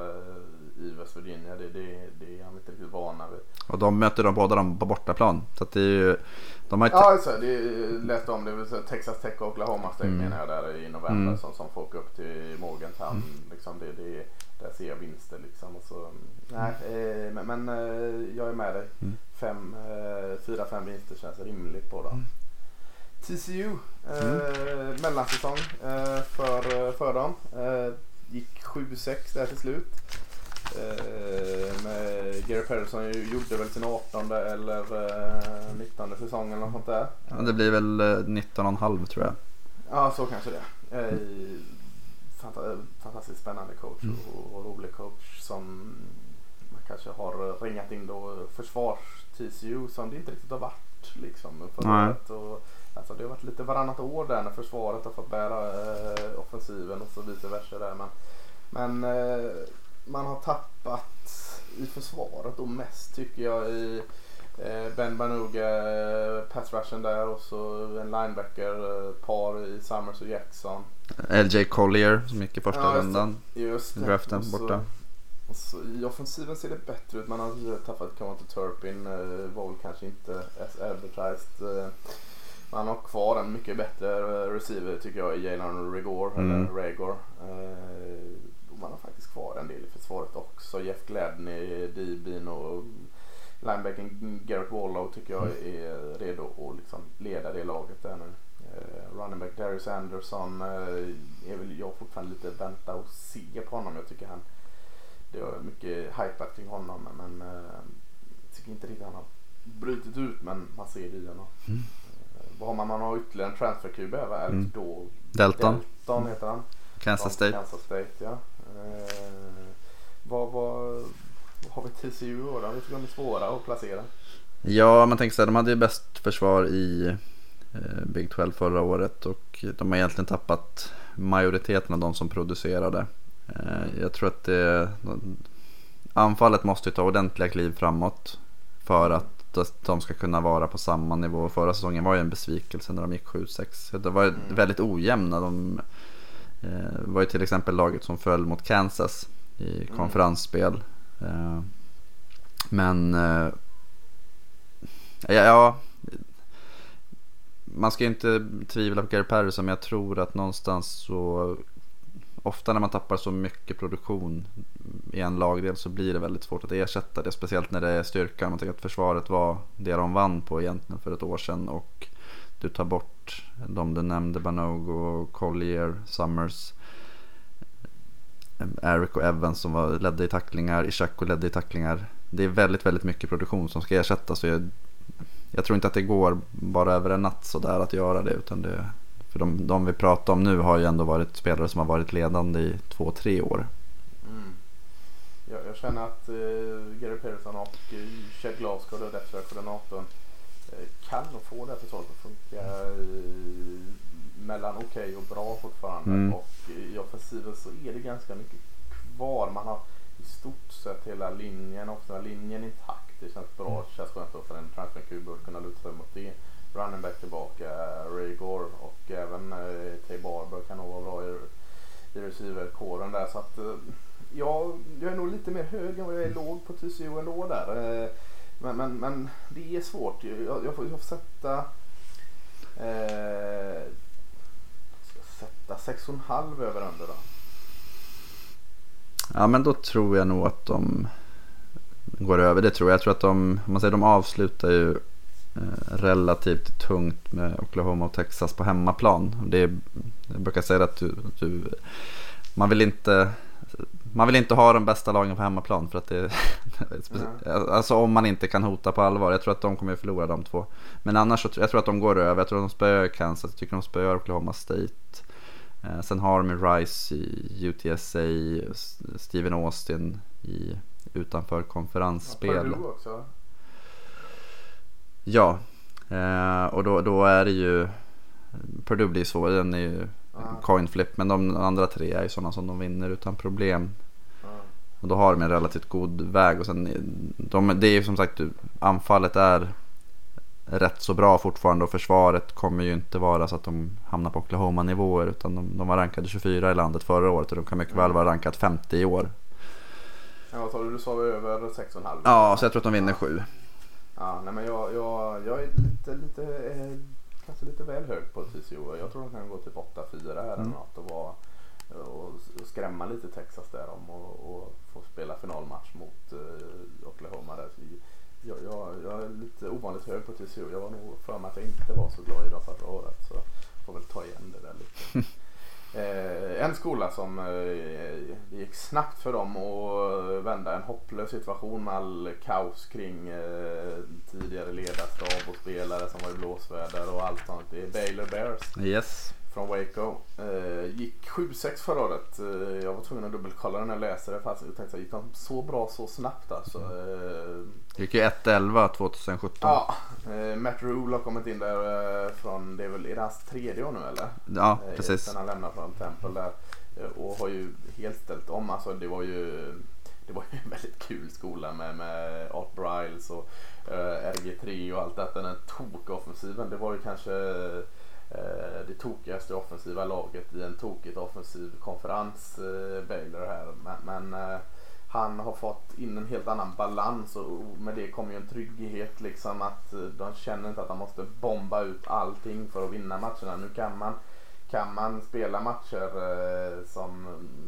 i West Virginia. Det, det, det är jag inte riktigt vana vid. Och de möter de båda dem på bortaplan. Så att det är ju, de har inte... Ja, alltså, det är lätt om det. Så Texas Tech och Oklahoma State mm. menar jag där i november mm. som, som får åka upp till Morgantown. Mm. Liksom det, det, där ser jag vinster liksom. Och så, nej, eh, men, men eh, jag är med dig. Mm. Fem, eh, fyra, fem vinster känns rimligt på dem. Mm. T C U eh, mm. mellansäsong eh, för, för dem. Eh, gick sju sex där till slut. Eh, med Gary Patterson gjorde väl sin artonde eller eh, nittonde säsong eller något sånt där. Ja, det blir väl eh, nitton och en halv tror jag. Ja, så kanske det. Eh, fanta- fantastiskt spännande coach mm. och, och rolig coach som man kanske har ringat in då försvars-T C U som det inte riktigt har varit liksom förra året. Och alltså det har varit lite varannat år där när försvaret har fått bära eh, offensiven och så vice versa där. Men, men eh, man har tappat i försvaret och mest tycker jag i eh, Ben Banuga, eh, pass rushen där och så en linebacker eh, par i Summers och Jackson. L J Collier som gick i första ja, rundan. Just det. Draften och så, borta. Och så, i offensiven ser det bättre ut. Man har tappat Kamata Turpin, eh, var väl kanske inte as advertised. Eh, Man har kvar en mycket bättre receiver tycker jag i Jalen Rigor mm. eller Regor. Eh, man har faktiskt kvar en del i försvaret också. Jeff Gladney, D-bin och linebacken Garrett Wallow tycker jag är redo att liksom leda det laget där nu. Eh, running back Darius Anderson eh, är väl jag fortfarande lite vänta och se på honom. Jag tycker han, det var mycket hypat kring honom men eh, jag tycker inte riktigt han har brutit ut men man ser det i honom. Mm. Vad har man? Man har ytterligare en transfer-Q B va? Mm. Då, Delton. Delton heter han. Kansas State. Kansas State, ja. Eh, vad, vad, vad har vi T C U då? Vi tycker de är svåra att placera. Ja, man tänker så här, de hade ju bäst försvar i eh, Big tolv förra året och de har egentligen tappat majoriteten av de som producerade. Eh, jag tror att det, anfallet måste ta ordentliga kliv framåt för att de ska kunna vara på samma nivå. Förra säsongen var ju en besvikelse när de gick sju sex. Det var mm. väldigt ojämna. De eh, var ju till exempel laget som föll mot Kansas i konferensspel. Mm. Eh, men eh, ja, ja man ska ju inte tvivla på Gary Patterson, men jag tror att någonstans så ofta när man tappar så mycket produktion i en lagdel så blir det väldigt svårt att ersätta det, speciellt när det är styrkan. Man tänker att försvaret var det de vann på egentligen för ett år sedan och du tar bort de du nämnde, Banogo, Collier, Summers, Eric och Evans som var ledde i tacklingar, Ishako ledde i tacklingar. Det är väldigt, väldigt mycket produktion som ska ersättas, så jag, jag tror inte att det går bara över en natt så där att göra det, utan det, för de, de vi pratar om nu har ju ändå varit spelare som har varit ledande i två, tre år. Mm. Jag, jag känner att uh, Gary Patterson och uh, Chad Glasgow, den defensiva koordinatorn, uh, kan nog få det här försvaret att funka uh, mellan okej okay och bra fortfarande. Mm. Och uh, i offensiven så är det ganska mycket kvar. Man har i stort sett hela linjen, också linjen intakt. Det känns bra, det känns skönt för en transfer-Q B att kunna luta sig mot det. Running back tillbaka, Ray Gore och även eh, Tay Barber kan nog vara bra i, i receiver-kåren där. Så att eh, ja, jag är nog lite mer hög än vad jag är låg på T C U ändå där. Eh, men, men, men det är svårt. Jag, jag, får, jag får sätta eh, ska sätta sex komma fem över under då. Ja, men då tror jag nog att de går över. Det tror jag. Jag tror att de, om man säger, de avslutar ju eh, relativt tungt med Oklahoma och Texas på hemmaplan. Det är, jag brukar säga att du, du, man vill inte man vill inte ha de bästa lagen på hemmaplan för att det mm. alltså om man inte kan hota på allvar. Jag tror att de kommer att förlora de två. Men annars så jag tror att de går över. Jag tror att de spöar Kansas. Jag tycker de spöar Oklahoma State. Eh, sen har de Rice i U T S A, Steven Austin i utanför konferensspel. Ja, också. Ja. Eh, och då, då är det ju Purdue blir så. Den är ju coin flip, men de andra tre är ju sådana som de vinner utan problem. Mm. Och då har de en relativt god väg och sen de, det är ju som sagt anfallet är rätt så bra fortfarande och försvaret kommer ju inte vara så att de hamnar på Oklahoma nivåer utan de, de var rankade tjugofyra i landet förra året och de kan mycket mm. väl vara rankat femtio i år. Ja, vad sa du? Du sa över sex och en halv. Ja, så jag tror att de vinner sju. Ja, nej men jag, jag, jag är lite, lite eh, kanske lite väl hög på T C O. Jag tror de kan gå typ åtta fyra här mm. eller något och, vara, och skrämma lite Texas där om och, och få spela finalmatch mot uh, Oklahoma där. Jag, jag, jag är lite ovanligt hög på T C O. Jag var nog för mig att jag inte var så glad i det förra året så får väl ta igen det där lite. Eh, en skola som eh, det gick snabbt för dem att vända en hopplös situation med all kaos kring eh, tidigare ledarstab och spelare som var i blåsväder och allt sånt. Det är Baylor Bears yes. från Waco. Eh, gick sju sex förra året. Eh, jag var tvungen att dubbelkolla när jag läste det fast jag tänkte att gick de så bra så snabbt alltså. Eh, det gick ju ett elva tjugosjutton. Ja, eh, Matt Rule har kommit in där eh, från, det är väl i hans tredje år nu eller? Ja, eh, precis. Sen han lämnar från Temple där eh, och har ju helt ställt om. Alltså det var ju det var ju en väldigt kul skola med, med Art Briles och eh, R G tre och allt detta. Den tok-offensiven, det var ju kanske eh, det tokigaste offensiva laget i en tokigt offensiv konferens eh, Baylor här. Men, men eh, han har fått in en helt annan balans och med det kommer ju en trygghet liksom att de känner inte att de måste bomba ut allting för att vinna matcherna. Nu kan man, kan man spela matcher eh, som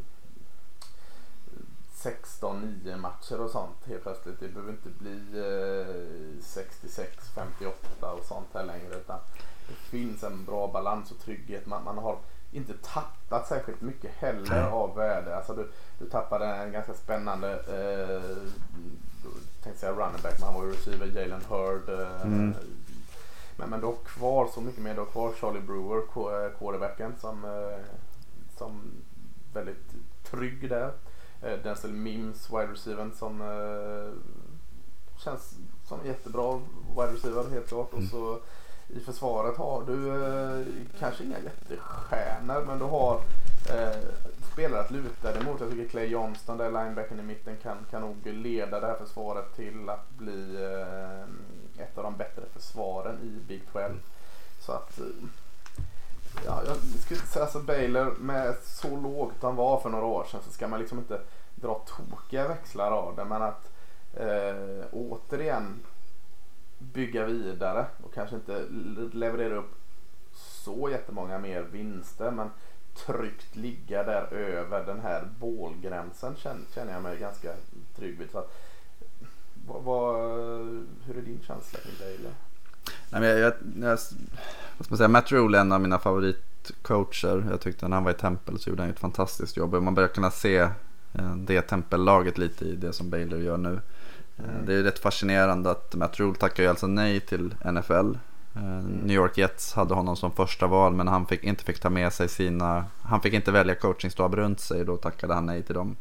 sexton nio matcher och sånt helt plötsligt. Det behöver inte bli eh, sextiosex femtioåtta och sånt här längre utan det finns en bra balans och trygghet. Man, man har inte tappat särskilt mycket heller av värde. Alltså du, du tappade en ganska spännande eh, tänkte säga running back, men han var ju receiver Jalen Hurd eh, mm. men, men då kvar så mycket mer då kvar Charlie Brewer, quarterbacken som, eh, som väldigt trygg där. eh, Denzel Mims, wide receiver som eh, känns som jättebra wide receiver helt klart. Mm. Och så i försvaret har du eh, kanske inga jättestjärnor men du har eh, spelare att luta dig mot. Jag tycker Clay Johnston där linebacken i mitten kan, kan nog leda det här försvaret till att bli eh, ett av de bättre försvaren i Big tolv. Så att eh, ja, jag skulle säga så Baylor med så lågt han var för några år sedan så ska man liksom inte dra tokiga växlar av det men att eh, återigen bygga vidare och kanske inte leverera upp så jättemånga mer vinster men tryggt ligga där över den här bålgränsen känner jag mig ganska trygg vid. Så att, vad, vad, hur är din känsla kring det? Nej, men jag, jag, jag, vad ska man säga, Matt Rule är en av mina favoritcoacher. Jag tyckte när han var i Temple så gjorde han ett fantastiskt jobb och man börjar kunna se det Temple-laget lite i det som Baylor gör nu. Mm. Det är rätt fascinerande att Matt Rule tackar ju alltså nej till N F L. mm. New York Jets hade honom som första val men han fick inte fick ta med sig sina han fick inte välja coachingstab runt sig, då tackade han nej till dem.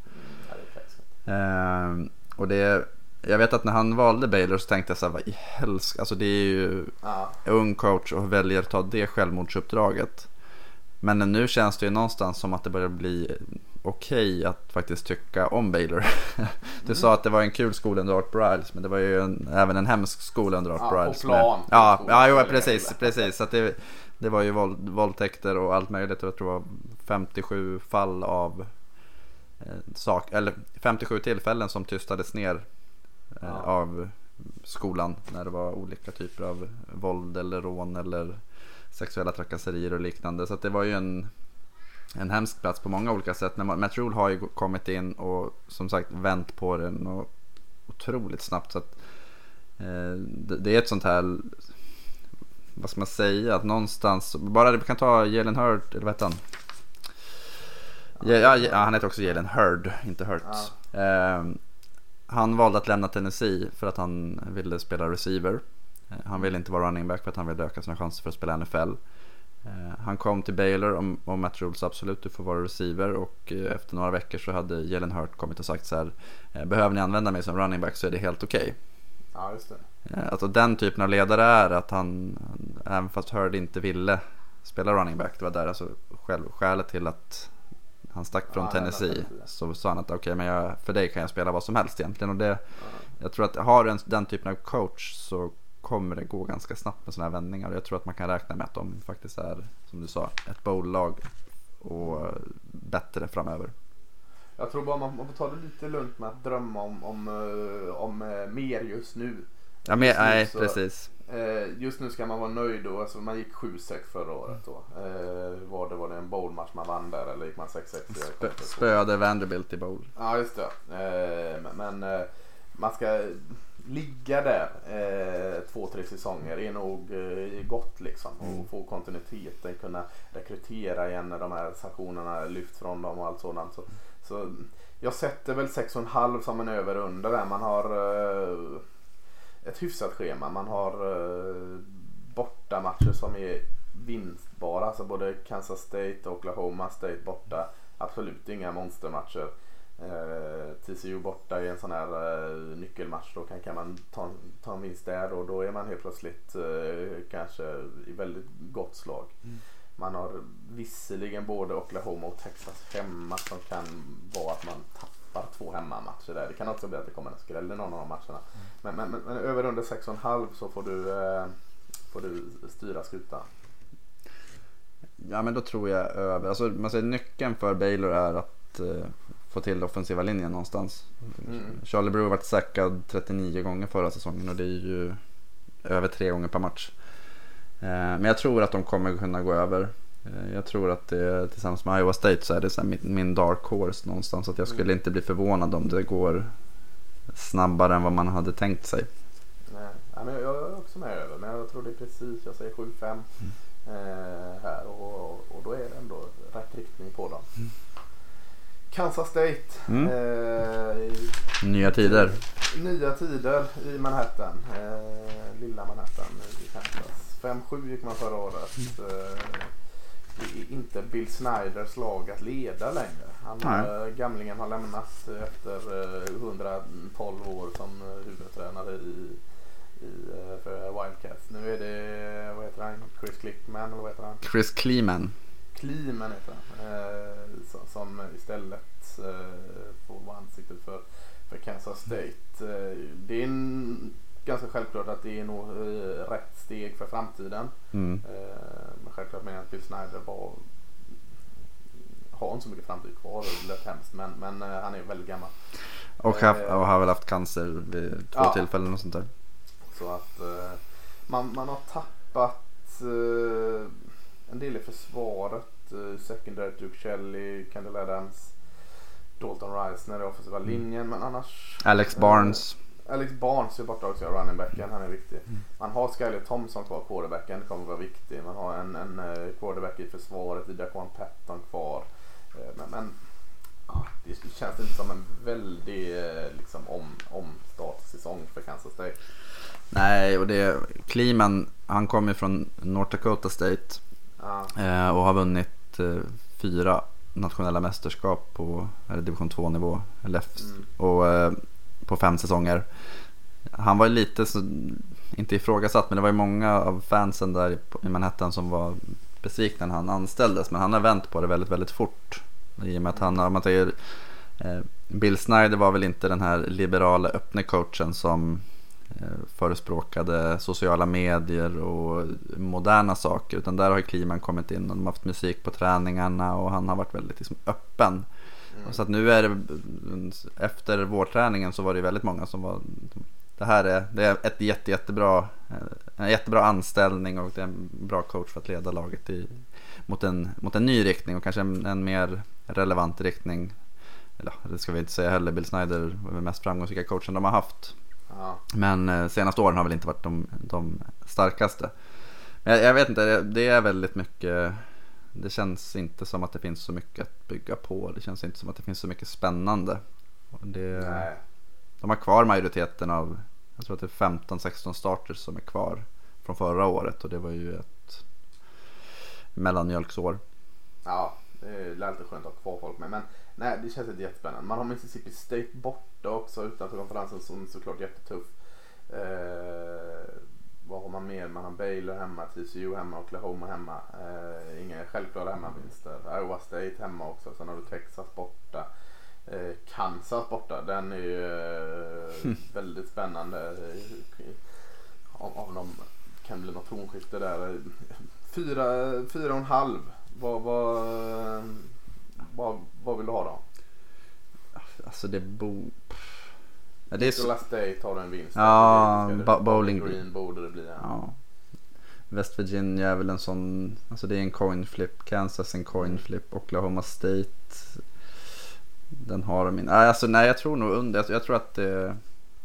mm. eh, och det jag vet att när han valde Baylor så tänkte jag så här, vad i helst, alltså det är ju ah. ung coach och väljer att ta det självmordsuppdraget. Men nu känns det ju någonstans som att det börjar bli okej okay att faktiskt tycka om Baylor. Du mm. sa att det var en kul skola under Art Briles, men det var ju en, även en hemsk skola under Art ja, Briles. Plan, med, ja, ja, jo, precis, precis. Så att det, det var ju våld, våldtäkter och allt möjligt. Jag tror det var femtiosju fall av eh, sak, eller femtiosju tillfällen som tystades ner eh, ja. av skolan när det var olika typer av våld eller rån eller sexuella trakasserier och liknande. Så att det var ju en en hemsk plats på många olika sätt. Men Matt Rule har ju kommit in och som sagt vänt på den och otroligt snabbt. Så att, det, det är ett sånt här, vad ska man säga, att någonstans, bara vi kan ta Jalen Hurd, eller vad heter han? Ja, ja, ja, han heter också Jalen Hurd, inte Hurts. Ja. Eh, han valde att lämna Tennessee för att han ville spela receiver. Eh, han ville inte vara running back för att han ville öka sina chanser för att spela N F L. Eh, han kom till Baylor och, och Matt Rule sa absolut, du får vara receiver. Och eh, efter några veckor så hade Jalen Hurd kommit och sagt så här, eh, behöver ni använda mig som running back så är det helt okej. Okay. Ja, just det. Eh, alltså den typen av ledare är att han, även fast Hurd inte ville spela running back, det var där alltså själv, skälet till att han stack från ja, Tennessee, så sa han att okej, okay, men jag, för dig kan jag spela vad som helst egentligen. Och det, ja. Jag tror att har en, den typen av coach så kommer det gå ganska snabbt med sådana här vändningar. Och jag tror att man kan räkna med att de faktiskt är, som du sa, ett bowl-lag och bättre framöver. Jag tror bara man, man får ta det lite lugnt med att drömma om, om, om, om mer just nu. Ja, men, nej, så, precis. Just nu ska man vara nöjd då. Alltså, man gick sju sex förra året då. Eh, var, det, var det en bowl-match man vann där eller gick man sex sex? Spö, spöade Vanderbilt i bowl. Ja, just det. Eh, men men eh, man ska ligga där eh, två, tre säsonger är nog eh, gott liksom. Och mm. få kontinuiteten, kunna rekrytera igen när de här sanktionerna lyft från dem och allt sådant. Så, så jag sätter väl sex och en halv som en över under där. Man har eh, ett hyfsat schema. Man har eh, bortamatcher som är vinstbara. Alltså både Kansas State och Oklahoma State borta. Absolut inga monstermatcher. Eh, T C U borta i en sån här eh, nyckelmatch. Då kan, kan man ta, ta en vinst där. Och då är man helt plötsligt eh, kanske i väldigt gott slag. Mm. Man har visserligen både Oklahoma och Texas hemma som kan vara att man tappar två hemmamatcher där. Det kan också bli att det kommer en skräll i någon av de matcherna. Mm. Men, men, men, men över under sex och en halv så får du, eh, får du styra skutan. Ja, men då tror jag över. Alltså, man säger, nyckeln för Baylor är att eh, få till offensiva linjen någonstans. Mm. Charlie Brewer har varit säkrad trettionio gånger förra säsongen och det är ju över tre gånger per match. Eh, men jag tror att de kommer kunna gå över. Eh, jag tror att det, tillsammans med Iowa State så är det så här min, min dark horse någonstans. Att jag skulle mm. inte bli förvånad om det går snabbare än vad man hade tänkt sig. Nej, ja, men jag är också med över, men jag tror det är precis, jag säger sju fem mm. eh, här och, och då är det ändå rätt riktning på dem. Mm. Kansas State mm. eh, nya tider nya tider i Manhattan, eh, lilla Manhattan i Kansas. fem sju gick man förra året. eh, det är inte Bill Snyders lag att leda längre. Han, äh, gamlingen har lämnat efter eh, hundratolv år som huvudtränare i, i, för Wildcats. Nu är det, vad heter han? Chris Klickman eller vad heter han? Chris Kleeman. Kleeman heter han. Eh, som, som istället eh, får vara ansiktet för, för Kansas State. Eh, det är en, ganska självklart att det är nog eh, rätt steg för framtiden. Mm. Eh, men självklart med att Bill Snyder var, har inte så mycket framtid kvar. Det lät hemskt, men, men eh, han är väldigt gammal. Och, haft, eh, och har väl haft cancer vid två ja, tillfällen och sånt där. Så att eh, man, man har tappat eh, en del i försvaret. Eh, secondary Duke Shelley, Kendall Adams, Dalton Reisner i offensiva mm. linjen, men annars Alex Barnes. Eh, Alex Barnes är borta också, running backen, han är viktig. Mm. Man har Skyler Thompson kvar, quarterbacken, det kommer vara viktig. Man har en, en quarterback i försvaret, i Daquan Patton kvar. Eh, men men ah, det känns inte som en väldigt liksom, om, omstartsäsong för Kansas State. Nej, och det Kleeman, han kommer från North Dakota State ah. eh, och har vunnit eh, fyra nationella mästerskap på eller division två nivå eller mm. och eh, på fem säsonger. Han var lite så, inte ifrågasatt, men det var ju många av fansen där i Manhattan som var besvikna när han anställdes, men han har vänt på det väldigt väldigt fort i och med att han har, man säger, eh, Bill Snyder var väl inte den här liberala öppna coachen som eh, förespråkade sociala medier och moderna saker, utan där har ju Kleeman kommit in och de har haft musik på träningarna och han har varit väldigt liksom, öppen. Mm. Så att nu är det, efter vårträningen så var det väldigt många som var, det här är, det är ett jätte, jättebra, en jättebra anställning och det är en bra coach för att leda laget i, mot, en, mot en ny riktning och kanske en, en mer relevant riktning. Eller det ska vi inte säga heller, Bill Snyder var den mest framgångsrika coachen de har haft. Ja. Men eh, senaste åren har väl inte varit de, de starkaste. Men jag, jag vet inte, det, det är väldigt mycket. Det känns inte som att det finns så mycket att bygga på. Det känns inte som att det finns så mycket spännande. Det, Nej. De har kvar majoriteten av, jag tror att det är femton sexton starters som är kvar från förra året. Och det var ju ett mellanmjölksår. Ja, det är alltid skönt att ha kvar folk med. Men nej, det känns inte jättespännande. Man har Mississippi State borta också utanför konferensen som är såklart jättetuff. Eh, vad har man mer? Man har Baylor hemma, T C U hemma, Oklahoma hemma. Eh, inga självklara hemmavinster. Iowa State hemma också. Sen har du Texas borta. Eh, Kansas borta. Den är ju eh, mm. väldigt spännande. Om, om de kan bli något tronskifte där. Fyra, fyra och en halv. Vad, vad, vad, vad vill du ha då? Alltså det bo... Ja, det är så... State har en vinst. Ja, det, bo- Bowling Green borde det bli. Ja. Ja. West Virginia är väl en sån, alltså det är en coin flip. Kansas en coin flip. Oklahoma State, den har de in. Nej, alltså nej, jag tror nog under. Jag, jag tror att det,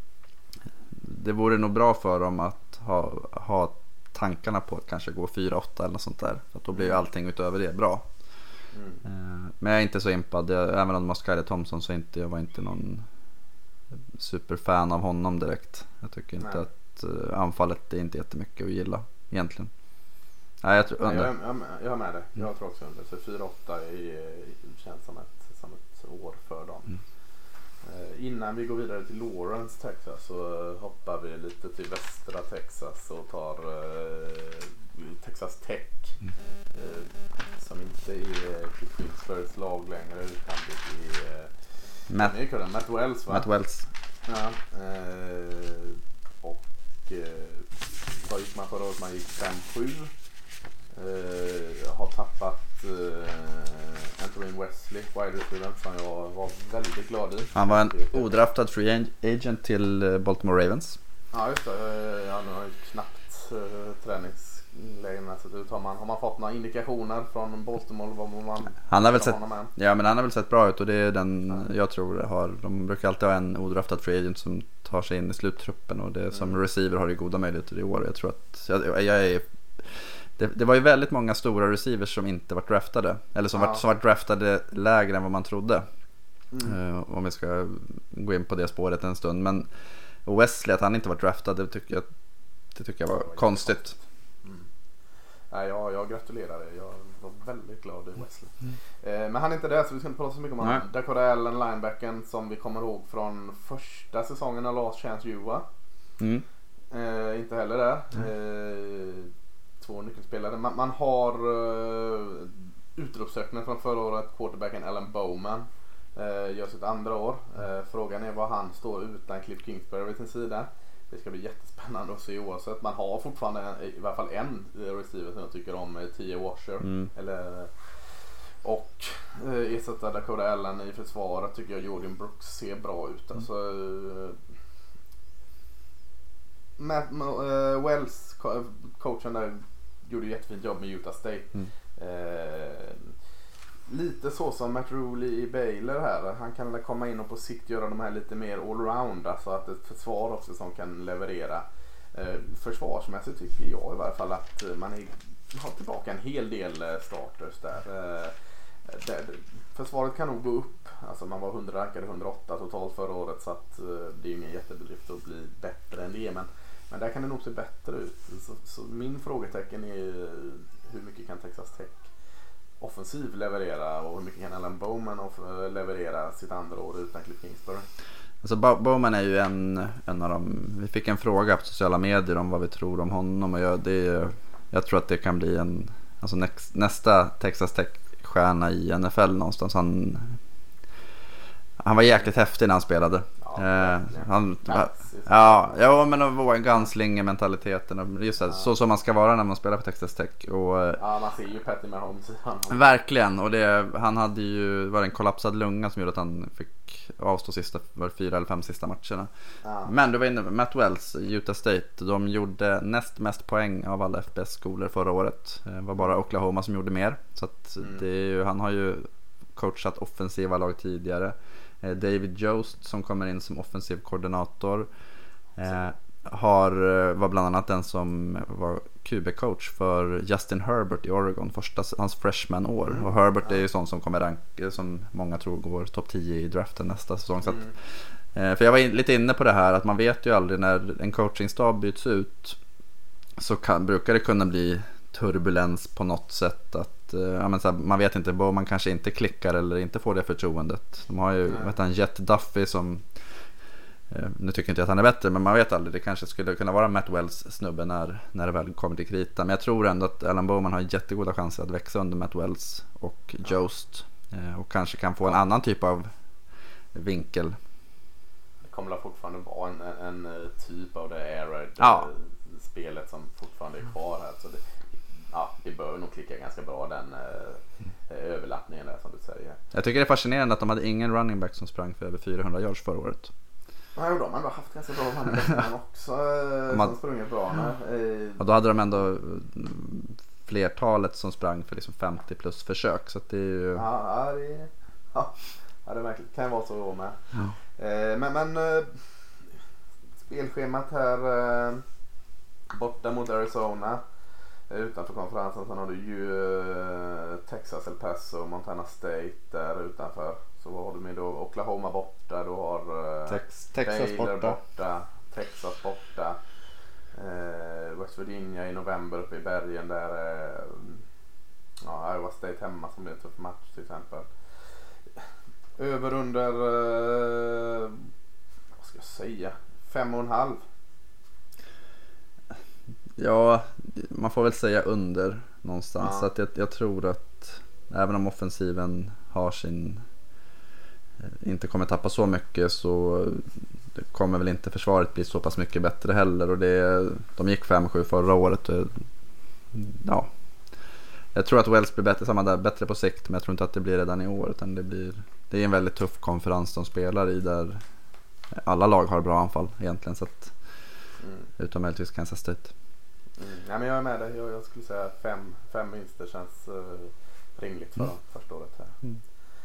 det vore nog bra för dem att ha, ha tankarna på att kanske gå fyra åtta eller något sånt där. För att då blir ju allting utöver det bra. Mm. Men jag är inte så impad. Jag, även om Moscada Thompson så inte, jag var inte någon superfan av honom direkt. Jag tycker inte Nej. att uh, anfallet är inte jättemycket att gilla egentligen. Nej, jag, tror, Nej, jag, jag, jag har med det. Jag tror också under. Så fyra åtta känns som ett, som ett år för dem. Mm. Uh, innan vi går vidare till Lawrence, Texas, så uh, hoppar vi lite till västra Texas och tar uh, Texas Tech. Mm. Uh, som inte är Pittsburghs lag längre utan det är Matt, är Matt Wells va? Matt Wells. Ja, uh, och uh, vad gick man förra året? Man gick fem sju. Uh, har tappat uh, Anthony Wesley, wide receiver, som jag var väldigt glad i. Han var en odraftad free agent till Baltimore Ravens. Ja just det, uh, han har ju knappt uh, träningslägen. Så har, man, har man fått några indikationer från Baltimore vad man han har väl sett, ja, men han har väl sett bra ut och det är den ja. jag tror har, de brukar alltid ha en odraftad free agent som tar sig in i sluttruppen och det mm. som receiver har ju goda möjligheter i år. Jag tror att jag, jag är Det, det var ju väldigt många stora receivers som inte var draftade. Eller som, ja. var, som var draftade lägre än vad man trodde. Mm. Uh, om vi ska gå in på det spåret en stund. Men Wesley, att han inte var draftad, det tycker jag, det tycker jag var, var konstigt. Mm. Nej, jag, jag gratulerar dig. Jag var väldigt glad i Wesley. Mm. Uh, men han är inte där så vi ska inte prata så mycket om honom. Dakota Allen, linebacken som vi kommer ihåg från första säsongen av Last Chance U A. Mm. Uh, inte heller där. Mm. Uh, Två nyckelspelare. Man, man har uh, utropsökningen från förra året. Quarterbacken Alan Bowman uh, gör sitt andra år. Uh, frågan är vad han står utan Cliff Kingsbury vid sin sida. Det ska bli jättespännande att se oavsett. Man har fortfarande en, i alla fall en receiver som jag tycker om, T J Washer. Mm. Eller, och uh, ersätta Dakota Allen i försvaret tycker jag Jordan Brooks ser bra ut. Mm. Alltså, uh, Matt, uh, Wells, coachen där, gjorde jättefint jobb med Utah State. Mm. Eh, lite så som Matt Ruley i Baylor här. Han kan komma in och på sikt göra de här lite mer allround. Alltså att ett försvar också som kan leverera. Eh, försvarsmässigt tycker jag i varje fall att man är, har tillbaka en hel del starters där. Eh, där försvaret kan nog gå upp. Alltså man var hundra rankade hundraåtta totalt förra året så att eh, det är ingen jättebedrift att bli bättre än det. Men Men där kan det nog se bättre ut. Så, så min frågetecken är hur mycket kan Texas Tech offensiv leverera och hur mycket kan Alan Bowman off- leverera sitt andra år utan Cliff Kingsbury. Alltså Bowman är ju en, en av dem. Vi fick en fråga på sociala medier om vad vi tror om honom och jag, det, jag tror att det kan bli en alltså näst, nästa Texas Tech-stjärna i N F L någonstans. Han, han var jäkligt häftig när han spelade. Eh, han, ja, ja, men vår gunslinger-mentaliteten och just det, ja. Så som man ska vara när man spelar på Texas Tech och, ja, man ser ju Patty Mahomes. Verkligen, och det, han hade ju var en kollapsad lunga som gjorde att han fick avstå sista, var fyra eller fem sista matcherna. Ja. Men du var inne, Matt Wells, Utah State, de gjorde näst mest poäng av alla F B S-skolor förra året. Det var bara Oklahoma som gjorde mer. Så att mm. det är ju, han har ju coachat offensiva lag tidigare. David Jost som kommer in som offensiv koordinator. Eh, har, var bland annat den som var Q B-coach för Justin Herbert i Oregon, första, hans freshman-år. Mm. Och Herbert ja. är ju sån som kommer ranka, som många tror går topp tio i draften nästa säsong. Så att, mm. eh, för jag var in, lite inne på det här att man vet ju aldrig när en coachingstab byts ut, så kan, brukar det kunna bli turbulens på något sätt. Att, eh, ja, men så här, man vet inte, man kanske inte klickar eller inte får det förtroendet. De har ju vet, en Jet Duffy som, nu tycker inte jag att han är bättre, men man vet aldrig, det kanske skulle kunna vara Matt Wells snubbe när, när det väl kommer till krita. Men jag tror ändå att Alan Bowman har jättegoda chanser att växa under Matt Wells och Jost, och kanske kan få en annan typ av vinkel. Det kommer att fortfarande vara en, en typ av det air ja. spelet som fortfarande är kvar här, så det, ja, det bör nog klicka ganska bra, den eh, överlappningen där som du säger. Jag tycker det är fascinerande att de hade ingen running back som sprang för över fyrahundra yards förra året. Nej, de har ändå haft ganska bra running back också eh, som sprungit bra. Eh. Och då hade de ändå flertalet som sprang för liksom femtio plus försök, så att det är ju... Ja, det, ja, det verkligen kan vara så med. Ja. Eh, men men eh, spelschemat här eh, borta mot Arizona. Utanför konferensen så har du ju uh, Texas El Paso, Montana State där utanför. Så vad har du med då? Oklahoma borta, du har uh, Tex- Texas Baylor borta. borta, Texas borta, uh, West Virginia i november uppe i bergen där. Uh, ja, Iowa State hemma som blir en tuff match till exempel. Över under, uh, vad ska jag säga, fem och en halv. Ja, man får väl säga under någonstans. Ja. Så att jag, jag tror att även om offensiven har sin, inte kommer tappa så mycket, så det kommer väl inte försvaret bli så pass mycket bättre heller. Och det, de gick fem sju förra året. Ja, jag tror att Wells blir bättre, samma där, bättre på sikt, men jag tror inte att det blir redan i år, utan det blir, det är en väldigt tuff konferens de spelar i, där alla lag har bra anfall egentligen, så att mm. utom möjligtvis Kansas State. Mm. Ja, men jag är med dig. Jag, jag skulle säga fem, fem vinster känns uh, rimligt för mm. första året här. Mm.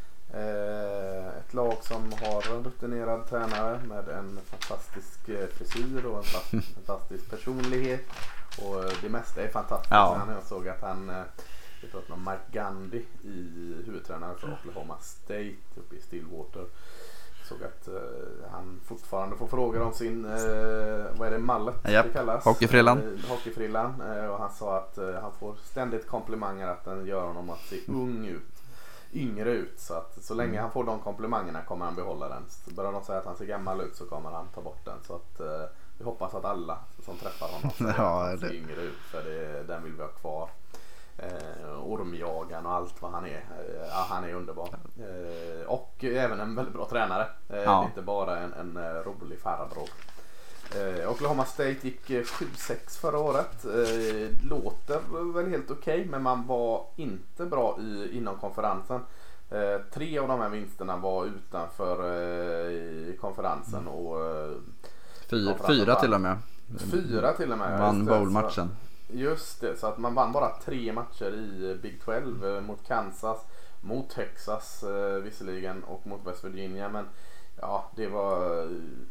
Eh, ett lag som har en rutinerad tränare med en fantastisk eh, frisyr och en fantastisk personlighet. Och det mesta är fantastiskt. Ja. Jag såg att han, eh, vi pratade om Mike Gundy i huvudtränare för Oklahoma State uppe i Stillwater. Såg att uh, han fortfarande får frågor om sin, uh, vad är det, mallet yep. det kallas? Hockeyfrillan. Uh, hockeyfrillan. Uh, och han sa att uh, han får ständigt komplimanger att den gör honom att se ung ut, yngre ut. Så att så länge han får de komplimangerna kommer han behålla den. Så börjar de säga att han ser gammal ut så kommer han ta bort den. Så att uh, vi hoppas att alla som träffar honom säger ja, att han ser det. yngre ut, för det, den vill vi ha kvar. Eh, ormjagan och allt vad han är. Eh, ja, han är underbar. Eh, och även en väldigt bra tränare. Eh, ja. Inte bara en, en rolig farbror. Eh, Oklahoma State gick sju sex förra året. Eh, låter väl helt okej, okay, men man var inte bra i, inom konferensen. Eh, tre av de här vinsterna var utanför eh, i konferensen. Och, eh, Fyra, konferensen fyra till och med. Fyra till och med. Vann bowl-matchen. Just det, så att man vann bara tre matcher i Big tolv, mot Kansas, mot Texas eh, visserligen och mot West Virginia, men ja, det var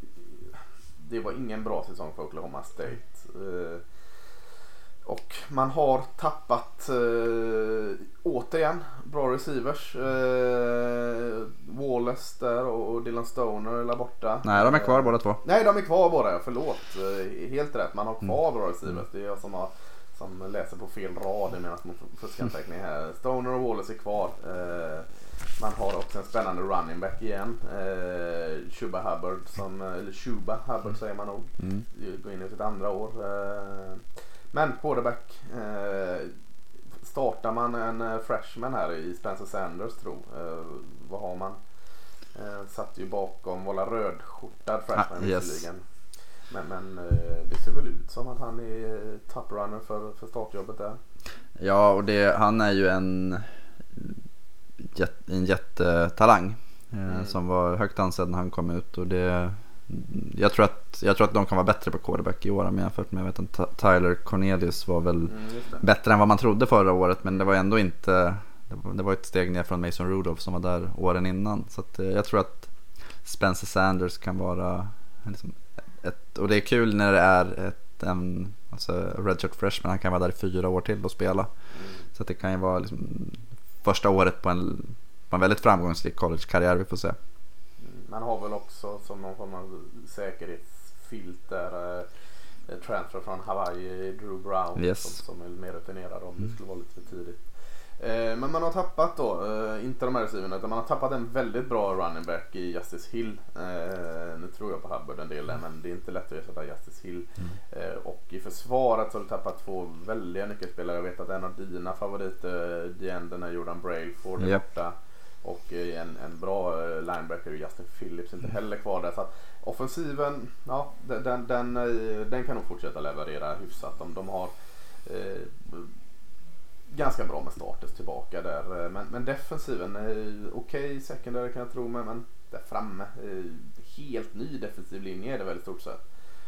det var ingen bra säsong för Oklahoma State. Eh, och man har tappat eh, återigen bra receivers. Eh, Wallace där och, och Dylan Stoner är borta. Nej, de är kvar båda två. Nej, de är kvar båda, förlåt. Eh, helt rätt, man har kvar mm. bra receivers. Det är jag som har som läser på fel rad medan små fuskanteckningar här. Stoner och Wallace är kvar. Eh, man har också en spännande running back igen. Eh, Chuba Hubbard, som, eller Chuba Hubbard säger man nog. Mm. Går in i sitt andra år. Eh, men quarterback. Eh, startar man en freshman här i Spencer Sanders, tror eh, vad har man? Eh, satt ju bakom, var rödskjortad freshman ah, yes. Men, men det ser väl ut som att han är top runner för, för startjobbet där. Ja, och det, han är ju en, en jättetalang mm. som var högt ansedd när han kom ut. Och det, jag, tror att, jag tror att de kan vara bättre på quarterback i år, men jämfört med, jag vet inte, Tyler Cornelius var väl mm, bättre än vad man trodde förra året. Men det var ändå inte, det var ett steg ner från Mason Rudolph som var där åren innan. Så att, jag tror att Spencer Sanders kan vara liksom ett, och det är kul när det är ett, en alltså redshirt freshman, han kan vara där i fyra år till och spela. Mm. Så att det kan ju vara liksom första året på en, på en väldigt framgångsrik college-karriär, vi får se. Man har väl också som någon form av säkerhetsfilter eh, transfer från Hawaii, Drew Brown, yes. som, som är mer rutinerad om mm. det skulle vara lite för tidigt. Eh, men man har tappat då, eh, inte de här receiverna, utan man har tappat en väldigt bra running back i Justice Hill. Eh, nu tror jag på Hubbard en del, men det är inte lätt att ersätta Justice Hill. Mm. Eh, och i försvaret så har du tappat två väldiga nyckelspelare. Jag vet att en av dina favoriter, DeAndre, är Jordan Brailford, är yep. borta. Och en, en bra linebacker, Justin Phillips, inte heller kvar där. Så att offensiven, ja, den, den, den, den kan nog fortsätta leverera hyfsat. De, de har eh, ganska bra med starters tillbaka där. Men, men defensiven är okej, okay, secondary kan jag tro, men, men där framme, eh, helt ny defensiv linje är det väldigt stort sett.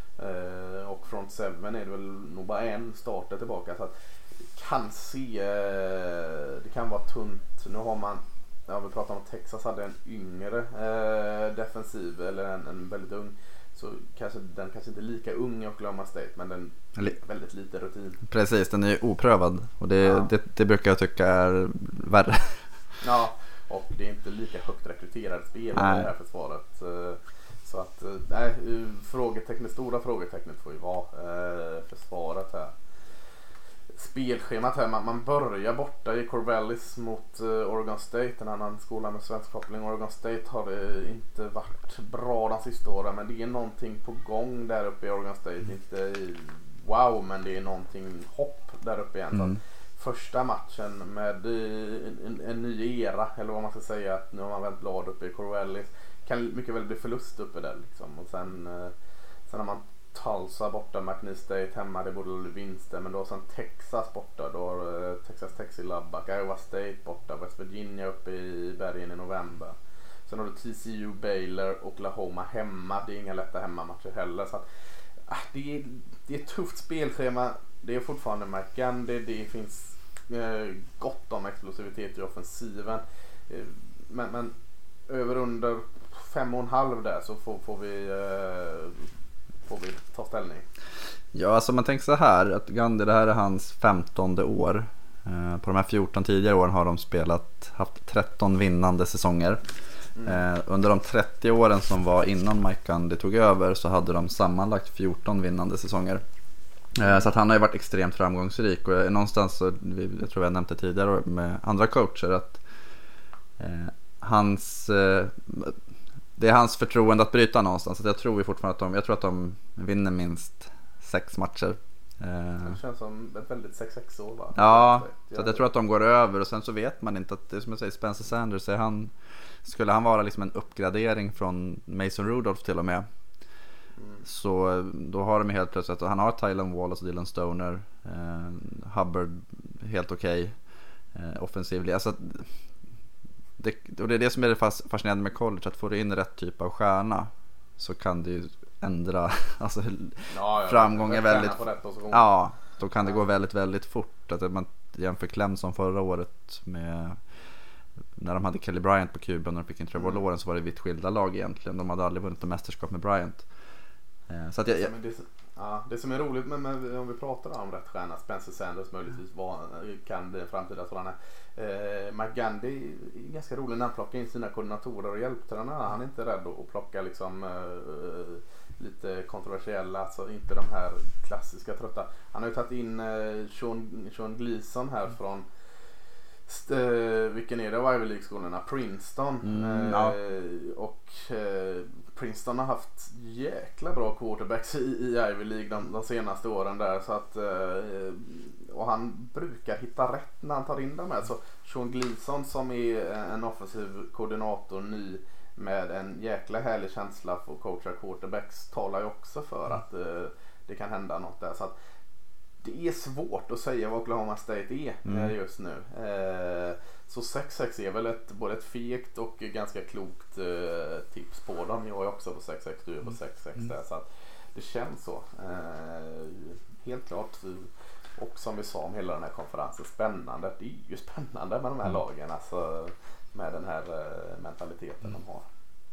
Eh, och front seven är det väl nog bara en starter tillbaka. Så att kan se, eh, det kan vara tunt. Nu har man, ja, vi pratar om Texas hade en yngre eh, defensiv, eller en, en väldigt ung, så kanske den kanske inte är lika ung i Oklahoma State, men den är väldigt lite rutin. Precis, den är ju oprövad och det, ja. det, det brukar jag tycka är värre. Ja, och det är inte lika högt rekryterade spelare i det här försvaret. Så att, nej, frågetecknet, stora frågetecknet får ju vara eh, försvaret här. Spelschemat här, man, man börjar borta i Corvallis mot uh, Oregon State, en annan skola med svensk koppling. Oregon State har det inte varit bra de sista åren, men det är någonting på gång där uppe i Oregon State. Mm. Inte i, wow, men det är någonting hopp där uppe igen. Mm. Första matchen med uh, en, en ny era, eller vad man ska säga, att nu har man vänt blad uppe i Corvallis. Kan mycket väl bli förlust uppe där liksom. Och sen, uh, sen har man Tulsa borta, McNeese State hemma, det borde vinster, men då sen Texas borta, då har uh, Texas Tech i Lubbock, Iowa State borta, West Virginia uppe i bergen i november. Sen har du T C U, Baylor, Oklahoma hemma, det är inga lätta hemmamatcher heller, så att, uh, det, är, det är ett tufft spelschema, det är fortfarande Mike Gandy, det finns uh, gott om explosivitet i offensiven, uh, men, men över under fem och en halv där så får, får vi uh, får vi ta ställning. Ja, alltså man tänker så här att Gandy, det här är hans femtonde år. Eh, på de här fjorton tidigare åren har de spelat, haft tretton vinnande säsonger. Mm. Eh, under de trettio åren som var innan Mike Gandy tog över så hade de sammanlagt fjorton vinnande säsonger. Eh, så att han har ju varit extremt framgångsrik, och någonstans så, jag tror jag nämnde tidigare med andra coacher att eh, hans eh, det är hans förtroende att bryta någonstans. Så jag tror ju fortfarande att de, jag tror att de vinner minst sex matcher. Det känns som ett väldigt sex sex år, va? Ja, så att jag tror att de går över, och sen så vet man inte att det är som jag säger, Spencer Sanders, är han, skulle han vara liksom en uppgradering från Mason Rudolph till och med. Mm. Så då har de helt plötsligt, han har Tylen Wallace och Dylan Stoner, eh, Hubbard helt okej, okay, eh, offensivly. Alltså Det, och det är det som är det fascinerande med college, att få du in rätt typ av stjärna så kan det ju ändra, alltså ja, ja, framgång är väldigt, ja, då kan det ja. gå väldigt väldigt fort. Att man jämför Clemson förra året med när de hade Kelly Bryant på Q B och när de fick in Trevor mm. Lawrence, så var det vitt skilda lag egentligen. De hade aldrig vunnit ett mästerskap med Bryant. Så att jag, jag... Det, ja, det som är roligt med, med om vi pratar om rätt stjärna, Spencer Sanders möjligtvis var, kan bli en framtida sådan här. Eh, Mike Gandy är ganska rolig när han plockar in sina koordinatorer och hjälptränare. Han är inte rädd att plocka liksom eh, lite kontroversiella, alltså inte de här klassiska trötta. Han har ju tagit in eh, Sean, Sean Gleason här mm. från st- eh, vilken är det av Ivy League-skolorna? Princeton. Mm, ja. eh, och eh, Princeton har haft jäkla bra quarterbacks i, i Ivy League de, de senaste åren där, så att eh, och han brukar hitta rätt när han tar in dem här. Så Sean Gleason som är en offensiv koordinator ny med en jäkla härlig känsla för coacha quarterbacks talar ju också för att eh, det kan hända något där. Så att det är svårt att säga vad Oklahoma State är mm. just nu. Eh, så sex sex är väl ett, både ett fegt och ganska klokt eh, tips på dem. Jag är också på sex sex, du är på sex sex där. Så att det känns så. Eh, helt klart. Och som vi sa om hela den här konferensen, spännande. Det är ju spännande med de här lagen, alltså med den här eh, mentaliteten mm. de har.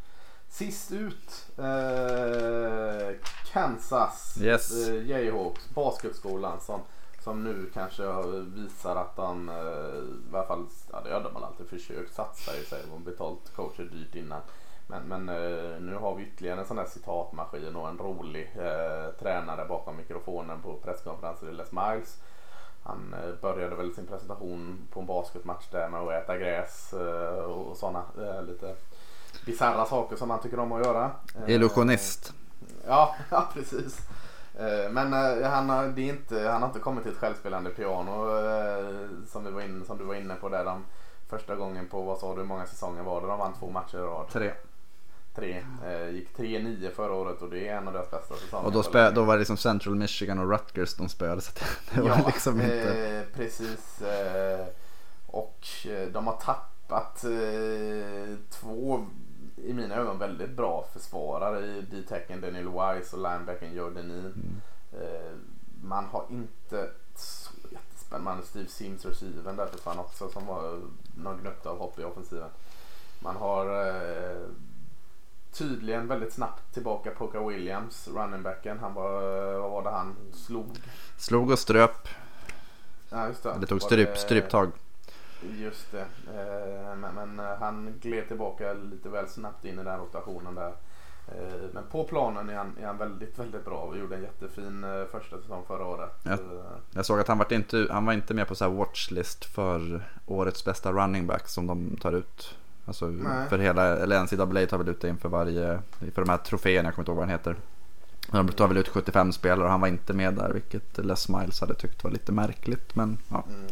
Sist ut eh, Kansas yes. eh, Jayhawks, basketskolan som, som nu kanske visar att de eh, i alla fall, ja, det hade man alltid försökt satsa i sig och betalt coacher dyrt innan. Men, men eh, nu har vi ytterligare en sån här citatmaskin och en rolig eh, tränare bakom mikrofonen på presskonferensen i Les Miles. Han eh, började väl sin presentation på en basketmatch där med att äta gräs eh, och sådana eh, lite bizarra saker som man tycker om att göra. Illusionist. Ja, ja precis. Men han har, det är inte, han har inte kommit till ett självspelande piano som, vi var inne, som du var inne på där. De första gången på, vad sa du, hur många säsonger var det? De vann två matcher i rad. Tre. Tre. Gick tre nio förra året och det är en av deras bästa säsonger. Och då, spö, då var det liksom Central Michigan och Rutgers de spöade. Så det var ja, liksom inte... eh, precis. Eh, och de har tappat eh, två i mina ögon väldigt bra försvarare i D-tecken Daniel Wise och linebacken Jordan mm. eh, man har inte så jättespännande Steve Sims receiven där försvann också som var någon gnutta av hopp i offensiven. Man har eh, tydligen väldigt snabbt tillbaka Poka Williams, runningbacken. Han var, vad var det han slog? Slog och ströp. Ja, just det. Det tog stryp, stryptag. Just det, eh, men, men han gled tillbaka lite väl snabbt in i den rotationen där. Eh, men på planen är han, är han väldigt, väldigt bra. Vi gjorde en jättefin eh, första säsong förra året. Jag, jag såg att han var inte, han var inte med på så här watchlist för årets bästa running back som de tar ut. Alltså Nej. för hela, eller N C double A tar väl ut det inför varje, för de här troféerna, jag kommer inte ihåg vad han heter. De tar väl ut sjuttiofem spelare och han var inte med där, vilket Les Miles hade tyckt var lite märkligt, men ja. Mm.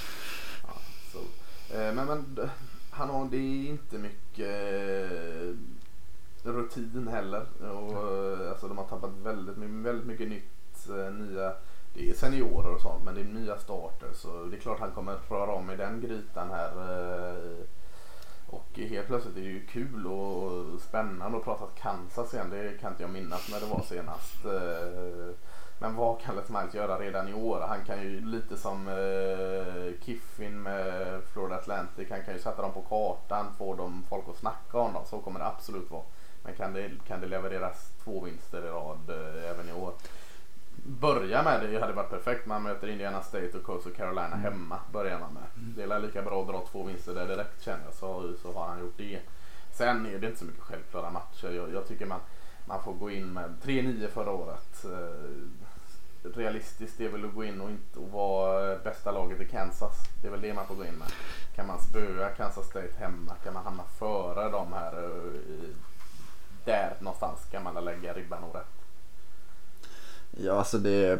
Men, men han har, det är inte mycket eh, rutin heller och, alltså, de har tappat väldigt, väldigt mycket nytt, eh, nya, det är seniorer och sånt, men det är nya starter, så det är klart han kommer röra om i den grytan här eh, och helt plötsligt är det ju kul och spännande att prata Kansas igen, det kan inte jag minnas när det var senast. eh, Men vad kan Les Miles göra redan i år? Han kan ju lite som eh, Kiffin med Florida Atlantic. Han kan ju sätta dem på kartan, få dem folk att snacka om dem. Så kommer det absolut vara. Men kan det, kan det levereras två vinster i rad eh, även i år? Börja med det, det hade varit perfekt. Man möter Indiana State och Coastal Carolina hemma. Börjar man med. Det är lika bra att dra två vinster där direkt, känner jag. Så, så har han gjort det. Sen är det inte så mycket självklara matcher. Jag, jag tycker man, man får gå in med tre nio förra året. Eh, realistiskt är väl att gå in och inte och vara bästa laget i Kansas. Det är väl det man får gå in med. Kan man spöa Kansas State hemma, kan man hamna före de här i, där någonstans kan man lägga ribban och rätt. Ja, alltså det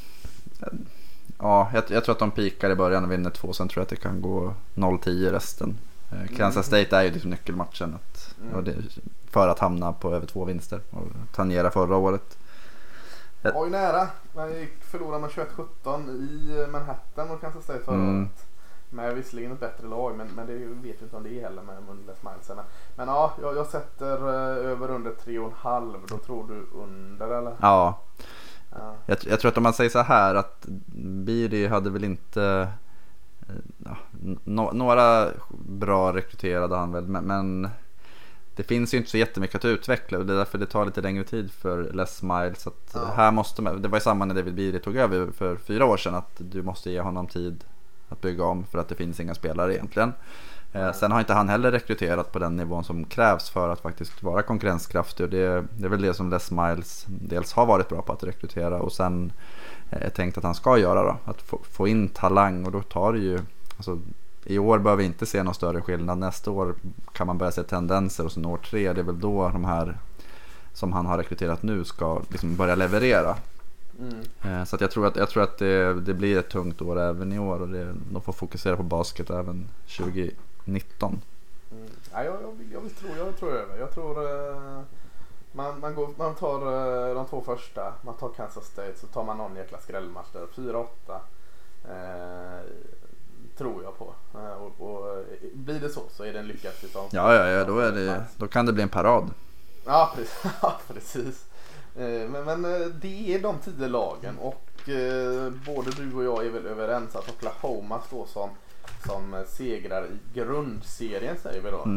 ja, jag, jag tror att de pikar i början och vinner två, sen tror jag att det kan gå noll tio resten. Kansas State är ju liksom nyckelmatchen att, mm. och det, för att hamna på över två vinster och tangera förra året. Det var ju nära. Man gick förlorade med tjugoett sjutton i Manhattan och Kansas State förra mm. året. Med visserligen ett bättre lag, men, men det vet ju inte om det är heller med Les Miles. Men, men ja, jag, jag sätter uh, över under tre och en halv. Då tror du under, eller? Ja. ja. Jag, jag tror att om man säger så här att Biri hade väl inte ja, no, några bra rekryterade han väl, men, men det finns ju inte så jättemycket att utveckla och det är därför det tar lite längre tid för Les Miles. Att ja. här måste man, det var ju samma när David Beaty tog över för fyra år sedan, att du måste ge honom tid att bygga om för att det finns inga spelare egentligen. Eh, sen har inte han heller rekryterat på den nivån som krävs för att faktiskt vara konkurrenskraftig, och det, det är väl det som Les Miles dels har varit bra på att rekrytera och sen är eh, tänkt att han ska göra då, att få, få in talang, och då tar det ju alltså, i år bör vi inte se någon större skillnad. Nästa år kan man börja se tendenser, och sen år tre, det är väl då de här som han har rekryterat nu ska liksom börja leverera. Mm. Så att jag tror att, jag tror att det, det blir ett tungt år även i år, och det, de får fokusera på basket även tjugo nitton. Mm. Ja, jag, jag, jag, vill tro, jag tror över. Jag tror uh, man, man, går, man tar uh, de två första, man tar Kansas State, så tar man någon jäkla skrällmatch där, fyra åtta uh, tror jag på. Uh, och, och blir det så så är det en lyckad säsong. Ja, ja, ja, då, är det, då kan det bli en parad. Ja, precis. Ja, precis. Men, men det är de tio lagen, och eh, både du och jag är väl överens att Oklahoma står som, som segrar i grundserien, säger vi då. Mm.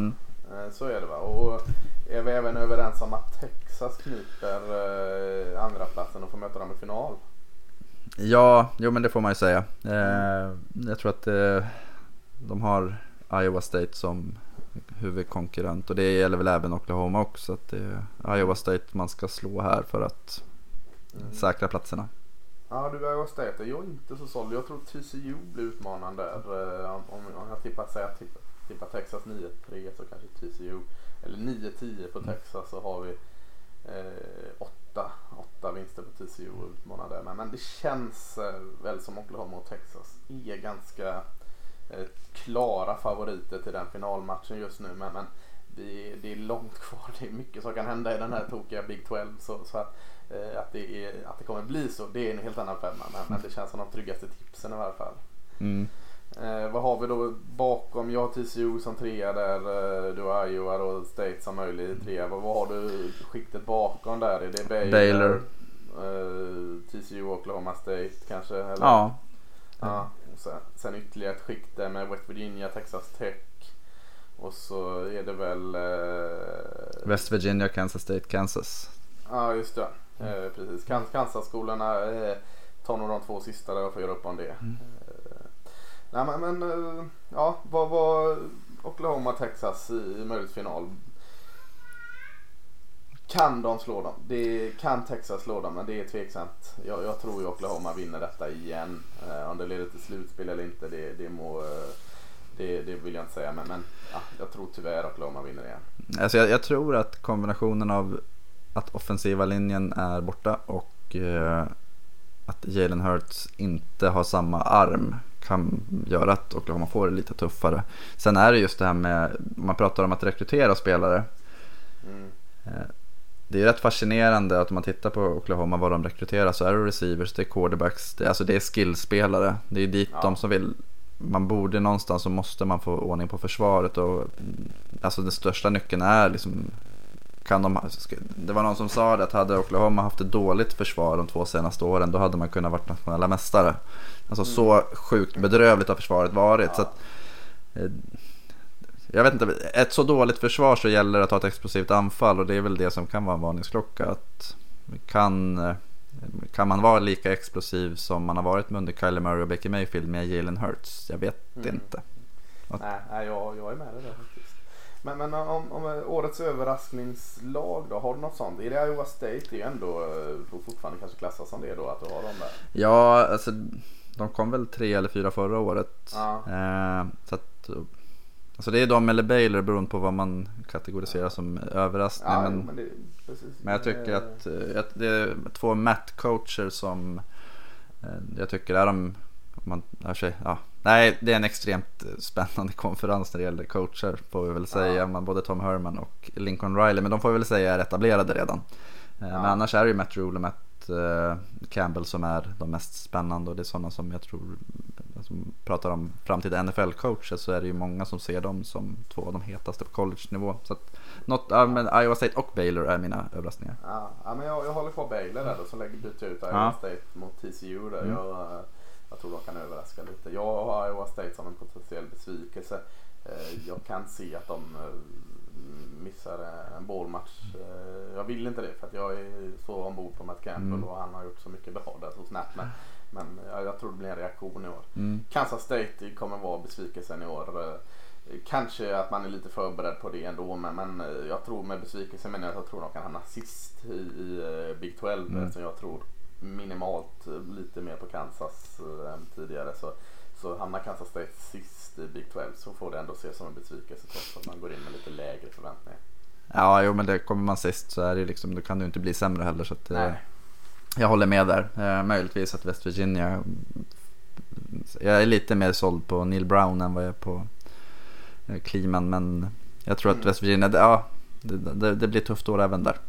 Så är det, va? Och är vi även överens om att Texas knyter andra platsen och får möta dem i final? Ja, jo men det får man ju säga. Eh, jag tror att eh, de har Iowa State som huvudkonkurrent, och det gäller väl även Oklahoma också, att det är Iowa State man ska slå här för att mm. säkra platserna. Ja, du, Iowa State, jag är inte så såld. Jag tror T C U blir utmanande där. Om, om jag tippar, säger att tippa, tippa Texas nio tre så kanske T C U, eller nio tio på Texas, så har vi eh, åtta, åtta vinster på T C U och utmanande. Men, men det känns eh, väl som Oklahoma och Texas är ganska eh, klara favoriter till den finalmatchen just nu. Men, men det, det är långt kvar. Det är mycket som kan hända i den här tokiga Big tolv. Så, så att, eh, att, det är, att det kommer bli så, det är en helt annan femma. Men, men det känns som de tryggaste tipsen i alla fall. Mm. Eh, vad har vi då bakom? Jag har T C U som trea där, eh, du har Iowa och State som möjlig trea. Vad, vad har du skiktet bakom där? Är det Baylor, Baylor. Eh, T C U och Oklahoma State kanske? Eller? Ja. Ja. Och sen, sen ytterligare ett skikt där med West Virginia, Texas Tech. Och så är det väl eh, West Virginia, Kansas State, Kansas. Ja, just det. Eh, precis. Kans- Kansas-skolorna eh, tar nog de två sista där och får göra upp om det. Mm. Nej men, men ja, vad var Oklahoma Texas i, i möjligt final? Kan de slå dem? Det kan Texas slå dem, men det är tveksamt. Jag, jag tror ju Oklahoma vinner detta igen. Eh, om det leder till slutspel eller inte, det, det, må, det, det vill jag inte säga. Men, men ja, jag tror tyvärr Oklahoma vinner igen. Alltså jag, jag tror att kombinationen av att offensiva linjen är borta och eh, att Jalen Hurts inte har samma arm kan göra att Oklahoma får det lite tuffare. Sen är det just det här med, man pratar om att rekrytera spelare. Mm. Det är rätt fascinerande att om man tittar på Oklahoma, vad de rekryterar, så är det receivers, det är quarterbacks, det är, alltså det är skillspelare. Det är dit ja. de som vill. Man borde någonstans, så måste man få ordning på försvaret, och alltså den största nyckeln är liksom, kan de, det var någon som sa det, att hade Oklahoma haft ett dåligt försvar de två senaste åren, då hade man kunnat vara nationella mästare. Alltså mm. så sjukt bedrövligt har försvaret varit. Ja. Så att, jag vet inte, ett så dåligt försvar, så gäller det att ha ett explosivt anfall, och det är väl det som kan vara en varningsklocka. Att kan, kan man vara lika explosiv som man har varit med under Kyler Murray och Baker Mayfield med Jalen Hurts? Jag vet mm. inte. Att... Nej, jag, jag är med det där faktiskt. Men, men om, om årets överraskningslag då, har du något sånt? Är det Iowa State? Det är ju ändå fortfarande kanske klassas som det då, att du har dem där. Ja, alltså de kom väl tre eller fyra förra året. Ja. Eh, så att, alltså det är de eller Baylor, beroende på vad man kategoriserar som överraskning. Ja, men, men, det, precis, men jag tycker det... att, att det är två Matt-coacher som eh, jag tycker är de, man, ja, nej, det är en extremt spännande konferens när det gäller coacher, får vi väl säga. Ja. Man, både Tom Herman och Lincoln Riley, men de får vi väl säga är etablerade redan. Ja. Men annars är det ju Matt Rule och Matt uh, Campbell som är de mest spännande, och det är sådana som jag tror, som pratar om framtida N F L-coacher, så är det ju många som ser dem som två av de hetaste på college-nivå. Så att något, ja, men Iowa State och Baylor är mina överraskningar. Ja, ja men jag, jag håller kvar Baylor där då, som lägger byta ut Iowa ja. State mot T C U där. Mm. Jag, jag tror de kan överraska lite. Jag har Iowa State som en potentiell besvikelse. Jag kan se att de missar en bollmatch. Jag vill inte det, för att jag är så ombord på Matt Campbell mm. och han har gjort så mycket bra där så snabbt. Men, men jag tror det blir en reaktion i år. Mm. Kansas State kommer vara besvikelsen i år. Kanske att man är lite förberedd på det ändå, men, men jag tror med besvikelsen, men jag tror de kan hamna sist i, i Big tolv, mm. så jag tror minimalt lite mer på Kansas än tidigare, så, så hamnar Kansas State sist i Big tolv, så får det ändå ses som en besvikelse trots att man går in med lite lägre förväntningar. Ja, jo, men det kommer man sist, så är det liksom, då kan du inte bli sämre heller, så att, eh, jag håller med där. Eh, möjligtvis att West Virginia, jag är lite mer såld på Neil Brown än vad jag är på eh, Kliman, men jag tror mm. att West Virginia, ja, det, det, det blir tufft år även där.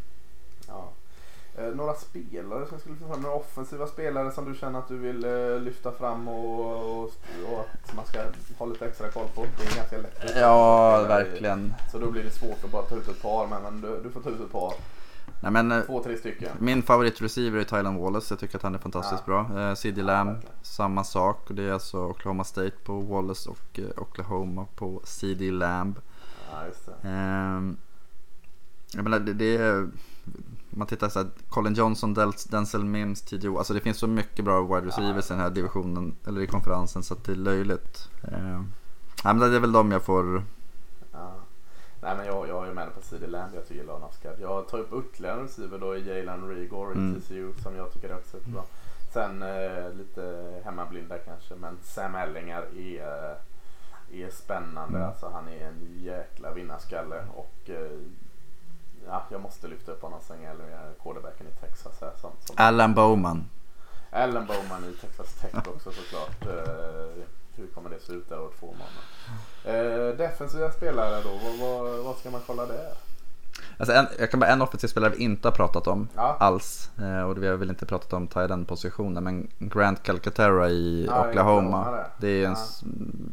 Eh, några spelare som skulle lyfta fram, några offensiva spelare som du känner att du vill eh, lyfta fram och, och, och att man ska ha lite extra koll på? Det är ganska lätt. Ja, verkligen. Så då blir det svårt att bara ta ut ett par, men, men du, du får ta ut ett par. Nej, men, Två, tre stycken. Min favoritreceiver är Tylan Wallace. Jag tycker att han är fantastiskt ja. bra. eh, C D Lamb, ja, samma sak. Och det är alltså Oklahoma State på Wallace och eh, Oklahoma på C D Lamb. Ja, just det. Um, jag menar, det, det är, man tittar så här, Colin Johnson, Del, Denzel Mims, T J, alltså det finns så mycket bra wide receivers ja, i den här divisionen eller i konferensen så att det är löjligt. Um, ja, men det är väl de jag får. Ja. Nej, men jag, jag är med på C D Lamb, jag tycker gillar Naskad. Jag tar upp ytterligare receiver då i Jalen Reagor i mm. T C U som jag tycker är också bra. Sen eh, lite hemmablinda kanske, men Sam Ellinger är, är spännande. Mm. Alltså, han är en jäkla vinnarskalle och eh, ja, jag måste lyfta upp honom sen Ellinger, quarterbacken i Texas här, som, som Alan Bowman. Alan Bowman i Texas Tech också såklart. Eh, hur kommer det se ut där år två månader? Eh, defensiva spelare då, vad, vad, vad ska man kolla där? Alltså en, jag kan bara en offensiv spelare vi inte har pratat om ja. alls eh, och vi har väl inte pratat om tight end positionen, men Grant Calcaterra i ja, Oklahoma det. det är en ja. s-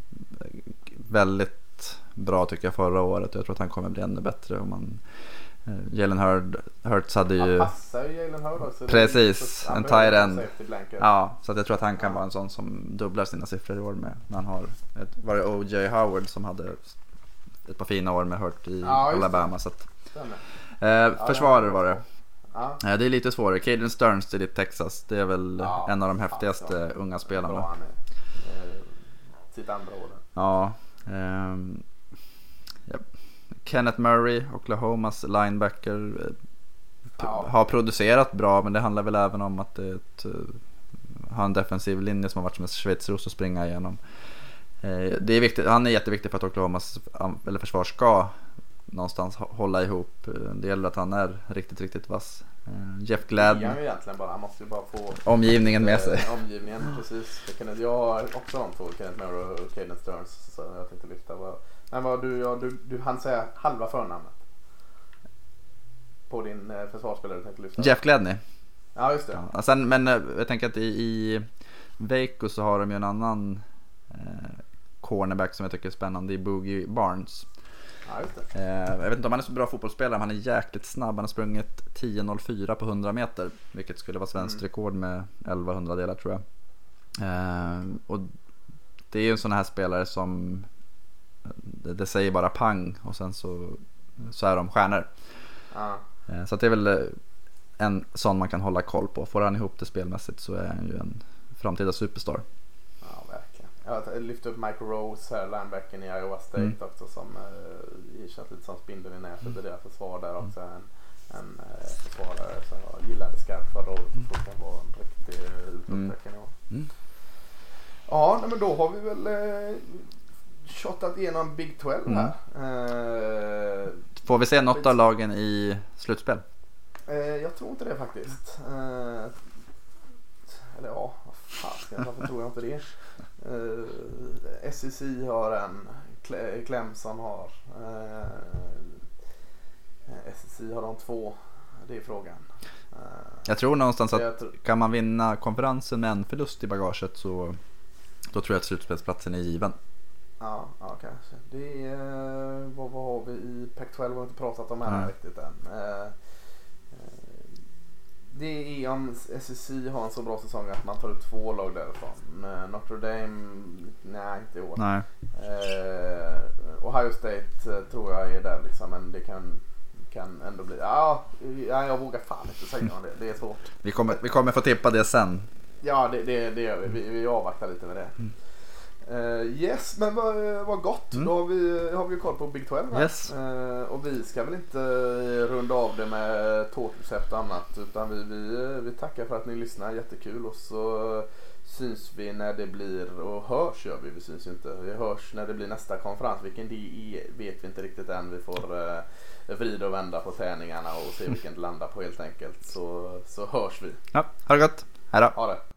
väldigt bra tycker jag förra året. Jag tror att han kommer bli ännu bättre om man eh, Jalen Hurd, Hurts hade ju han passar ju Jalen Hurd också. Precis, en tight end. Ja, så att jag tror att han kan ja. vara en sån som dubblar sina siffror i år med när han har ett, var det O J Howard som hade ett par fina år med Hurt i ja, Alabama så att Eh, försvarare var det. Ja. Eh, det är lite svårare. Caden Stearns i Texas. Det är väl ja, en av de häftigaste ja, unga spelarna. Han är, eh, sitt andra år. Ja, ehm, ja. Kenneth Murray, Oklahomas linebacker, eh, ja. har producerat bra, men det handlar väl även om att det är ett, uh, har en defensiv linje som har varit som en schweizros att springa igenom. Eh, det är viktigt. Han är jätteviktig för att Oklahomas eller försvar ska någonstans hålla ihop. Det gäller att han är riktigt, riktigt vass. Jeff Gladney. Han egentligen bara, han måste ju bara få omgivningen med sig. Eh, omgivningen, precis. Jag, jag har också de två, Kenneth Murray och Caden Stearns, så jag tänkte lyfta. Men vad du, ja, du, du hann säga halva förnamnet på din eh, försvarsspelare du tänkte lyfta. Jeff Gladney. Ja, just det. Ja, sen, men jag tänker att i, i Waco så har de ju en annan eh, cornerback som jag tycker är spännande i Boogie Barnes. Ja, just det. Jag vet inte om han är så bra fotbollsspelare, men han är jäkligt snabb. Han har sprungit tio noll fyra på hundra meter, vilket skulle vara svensk mm. rekord med elva hundra delar tror jag. Och det är ju en sån här spelare som det, det säger bara pang och sen så, så är de stjärnor. Ja. Så att det är väl en sån man kan hålla koll på. Får han ihop det spelmässigt så är han ju en framtida superstar. Ja, verkligen. Jag lyfte upp Michael Rose här, linebacken i Iowa State mm. också, som eh, känns lite som spindeln i nätet mm. i deras försvar där också. En, en eh, försvarare som jag gillade skarpt förra året och tror kan vara en riktig utropstecken i år. Mm. Ja, men då har vi väl eh, shottat igenom Big tolv här. Mm. Eh, Får vi se något av lagen i slutspel? Eh, jag tror inte det faktiskt. Eh, eller ja, vad fan, varför tror jag inte det? Uh, S E C har en, Clemson har uh, S E C har de två, det är frågan. Uh, jag tror någonstans att tr- kan man vinna konferensen med en förlust i bagaget så då tror jag att slutspelsplatsen är given. Ja, ja kanske. Det är, uh, vad, vad har vi i Pac tolv, har vi inte pratat om än mm. riktigt än. Uh, Det är om S E C har en så bra säsong att man tar ut två lag därifrån. Notre Dame, nej inte i år. Nej. Eh, Ohio State tror jag är där liksom, men det kan, kan ändå bli, ja, jag vågar fan inte säga om det, det är svårt. Vi kommer, vi kommer få tippa det sen. Ja, det, det, det gör vi. vi, vi avvaktar lite med det. Mm. Uh, yes, men vad, vad gott. Mm. Då har vi, har vi koll på Big tolv här. Yes. Uh, och vi ska väl inte runda av det med tårtrecept och annat, utan vi, vi, vi tackar för att ni lyssnar, jättekul, och så syns vi när det blir, och hörs gör vi, vi syns inte, vi hörs när det blir nästa konferens, vilken det är vet vi inte riktigt än, vi får uh, vrida och vända på träningarna och se vilken det landar på helt enkelt, så, så hörs vi. Ja, ha det gott, hej då. Ha det.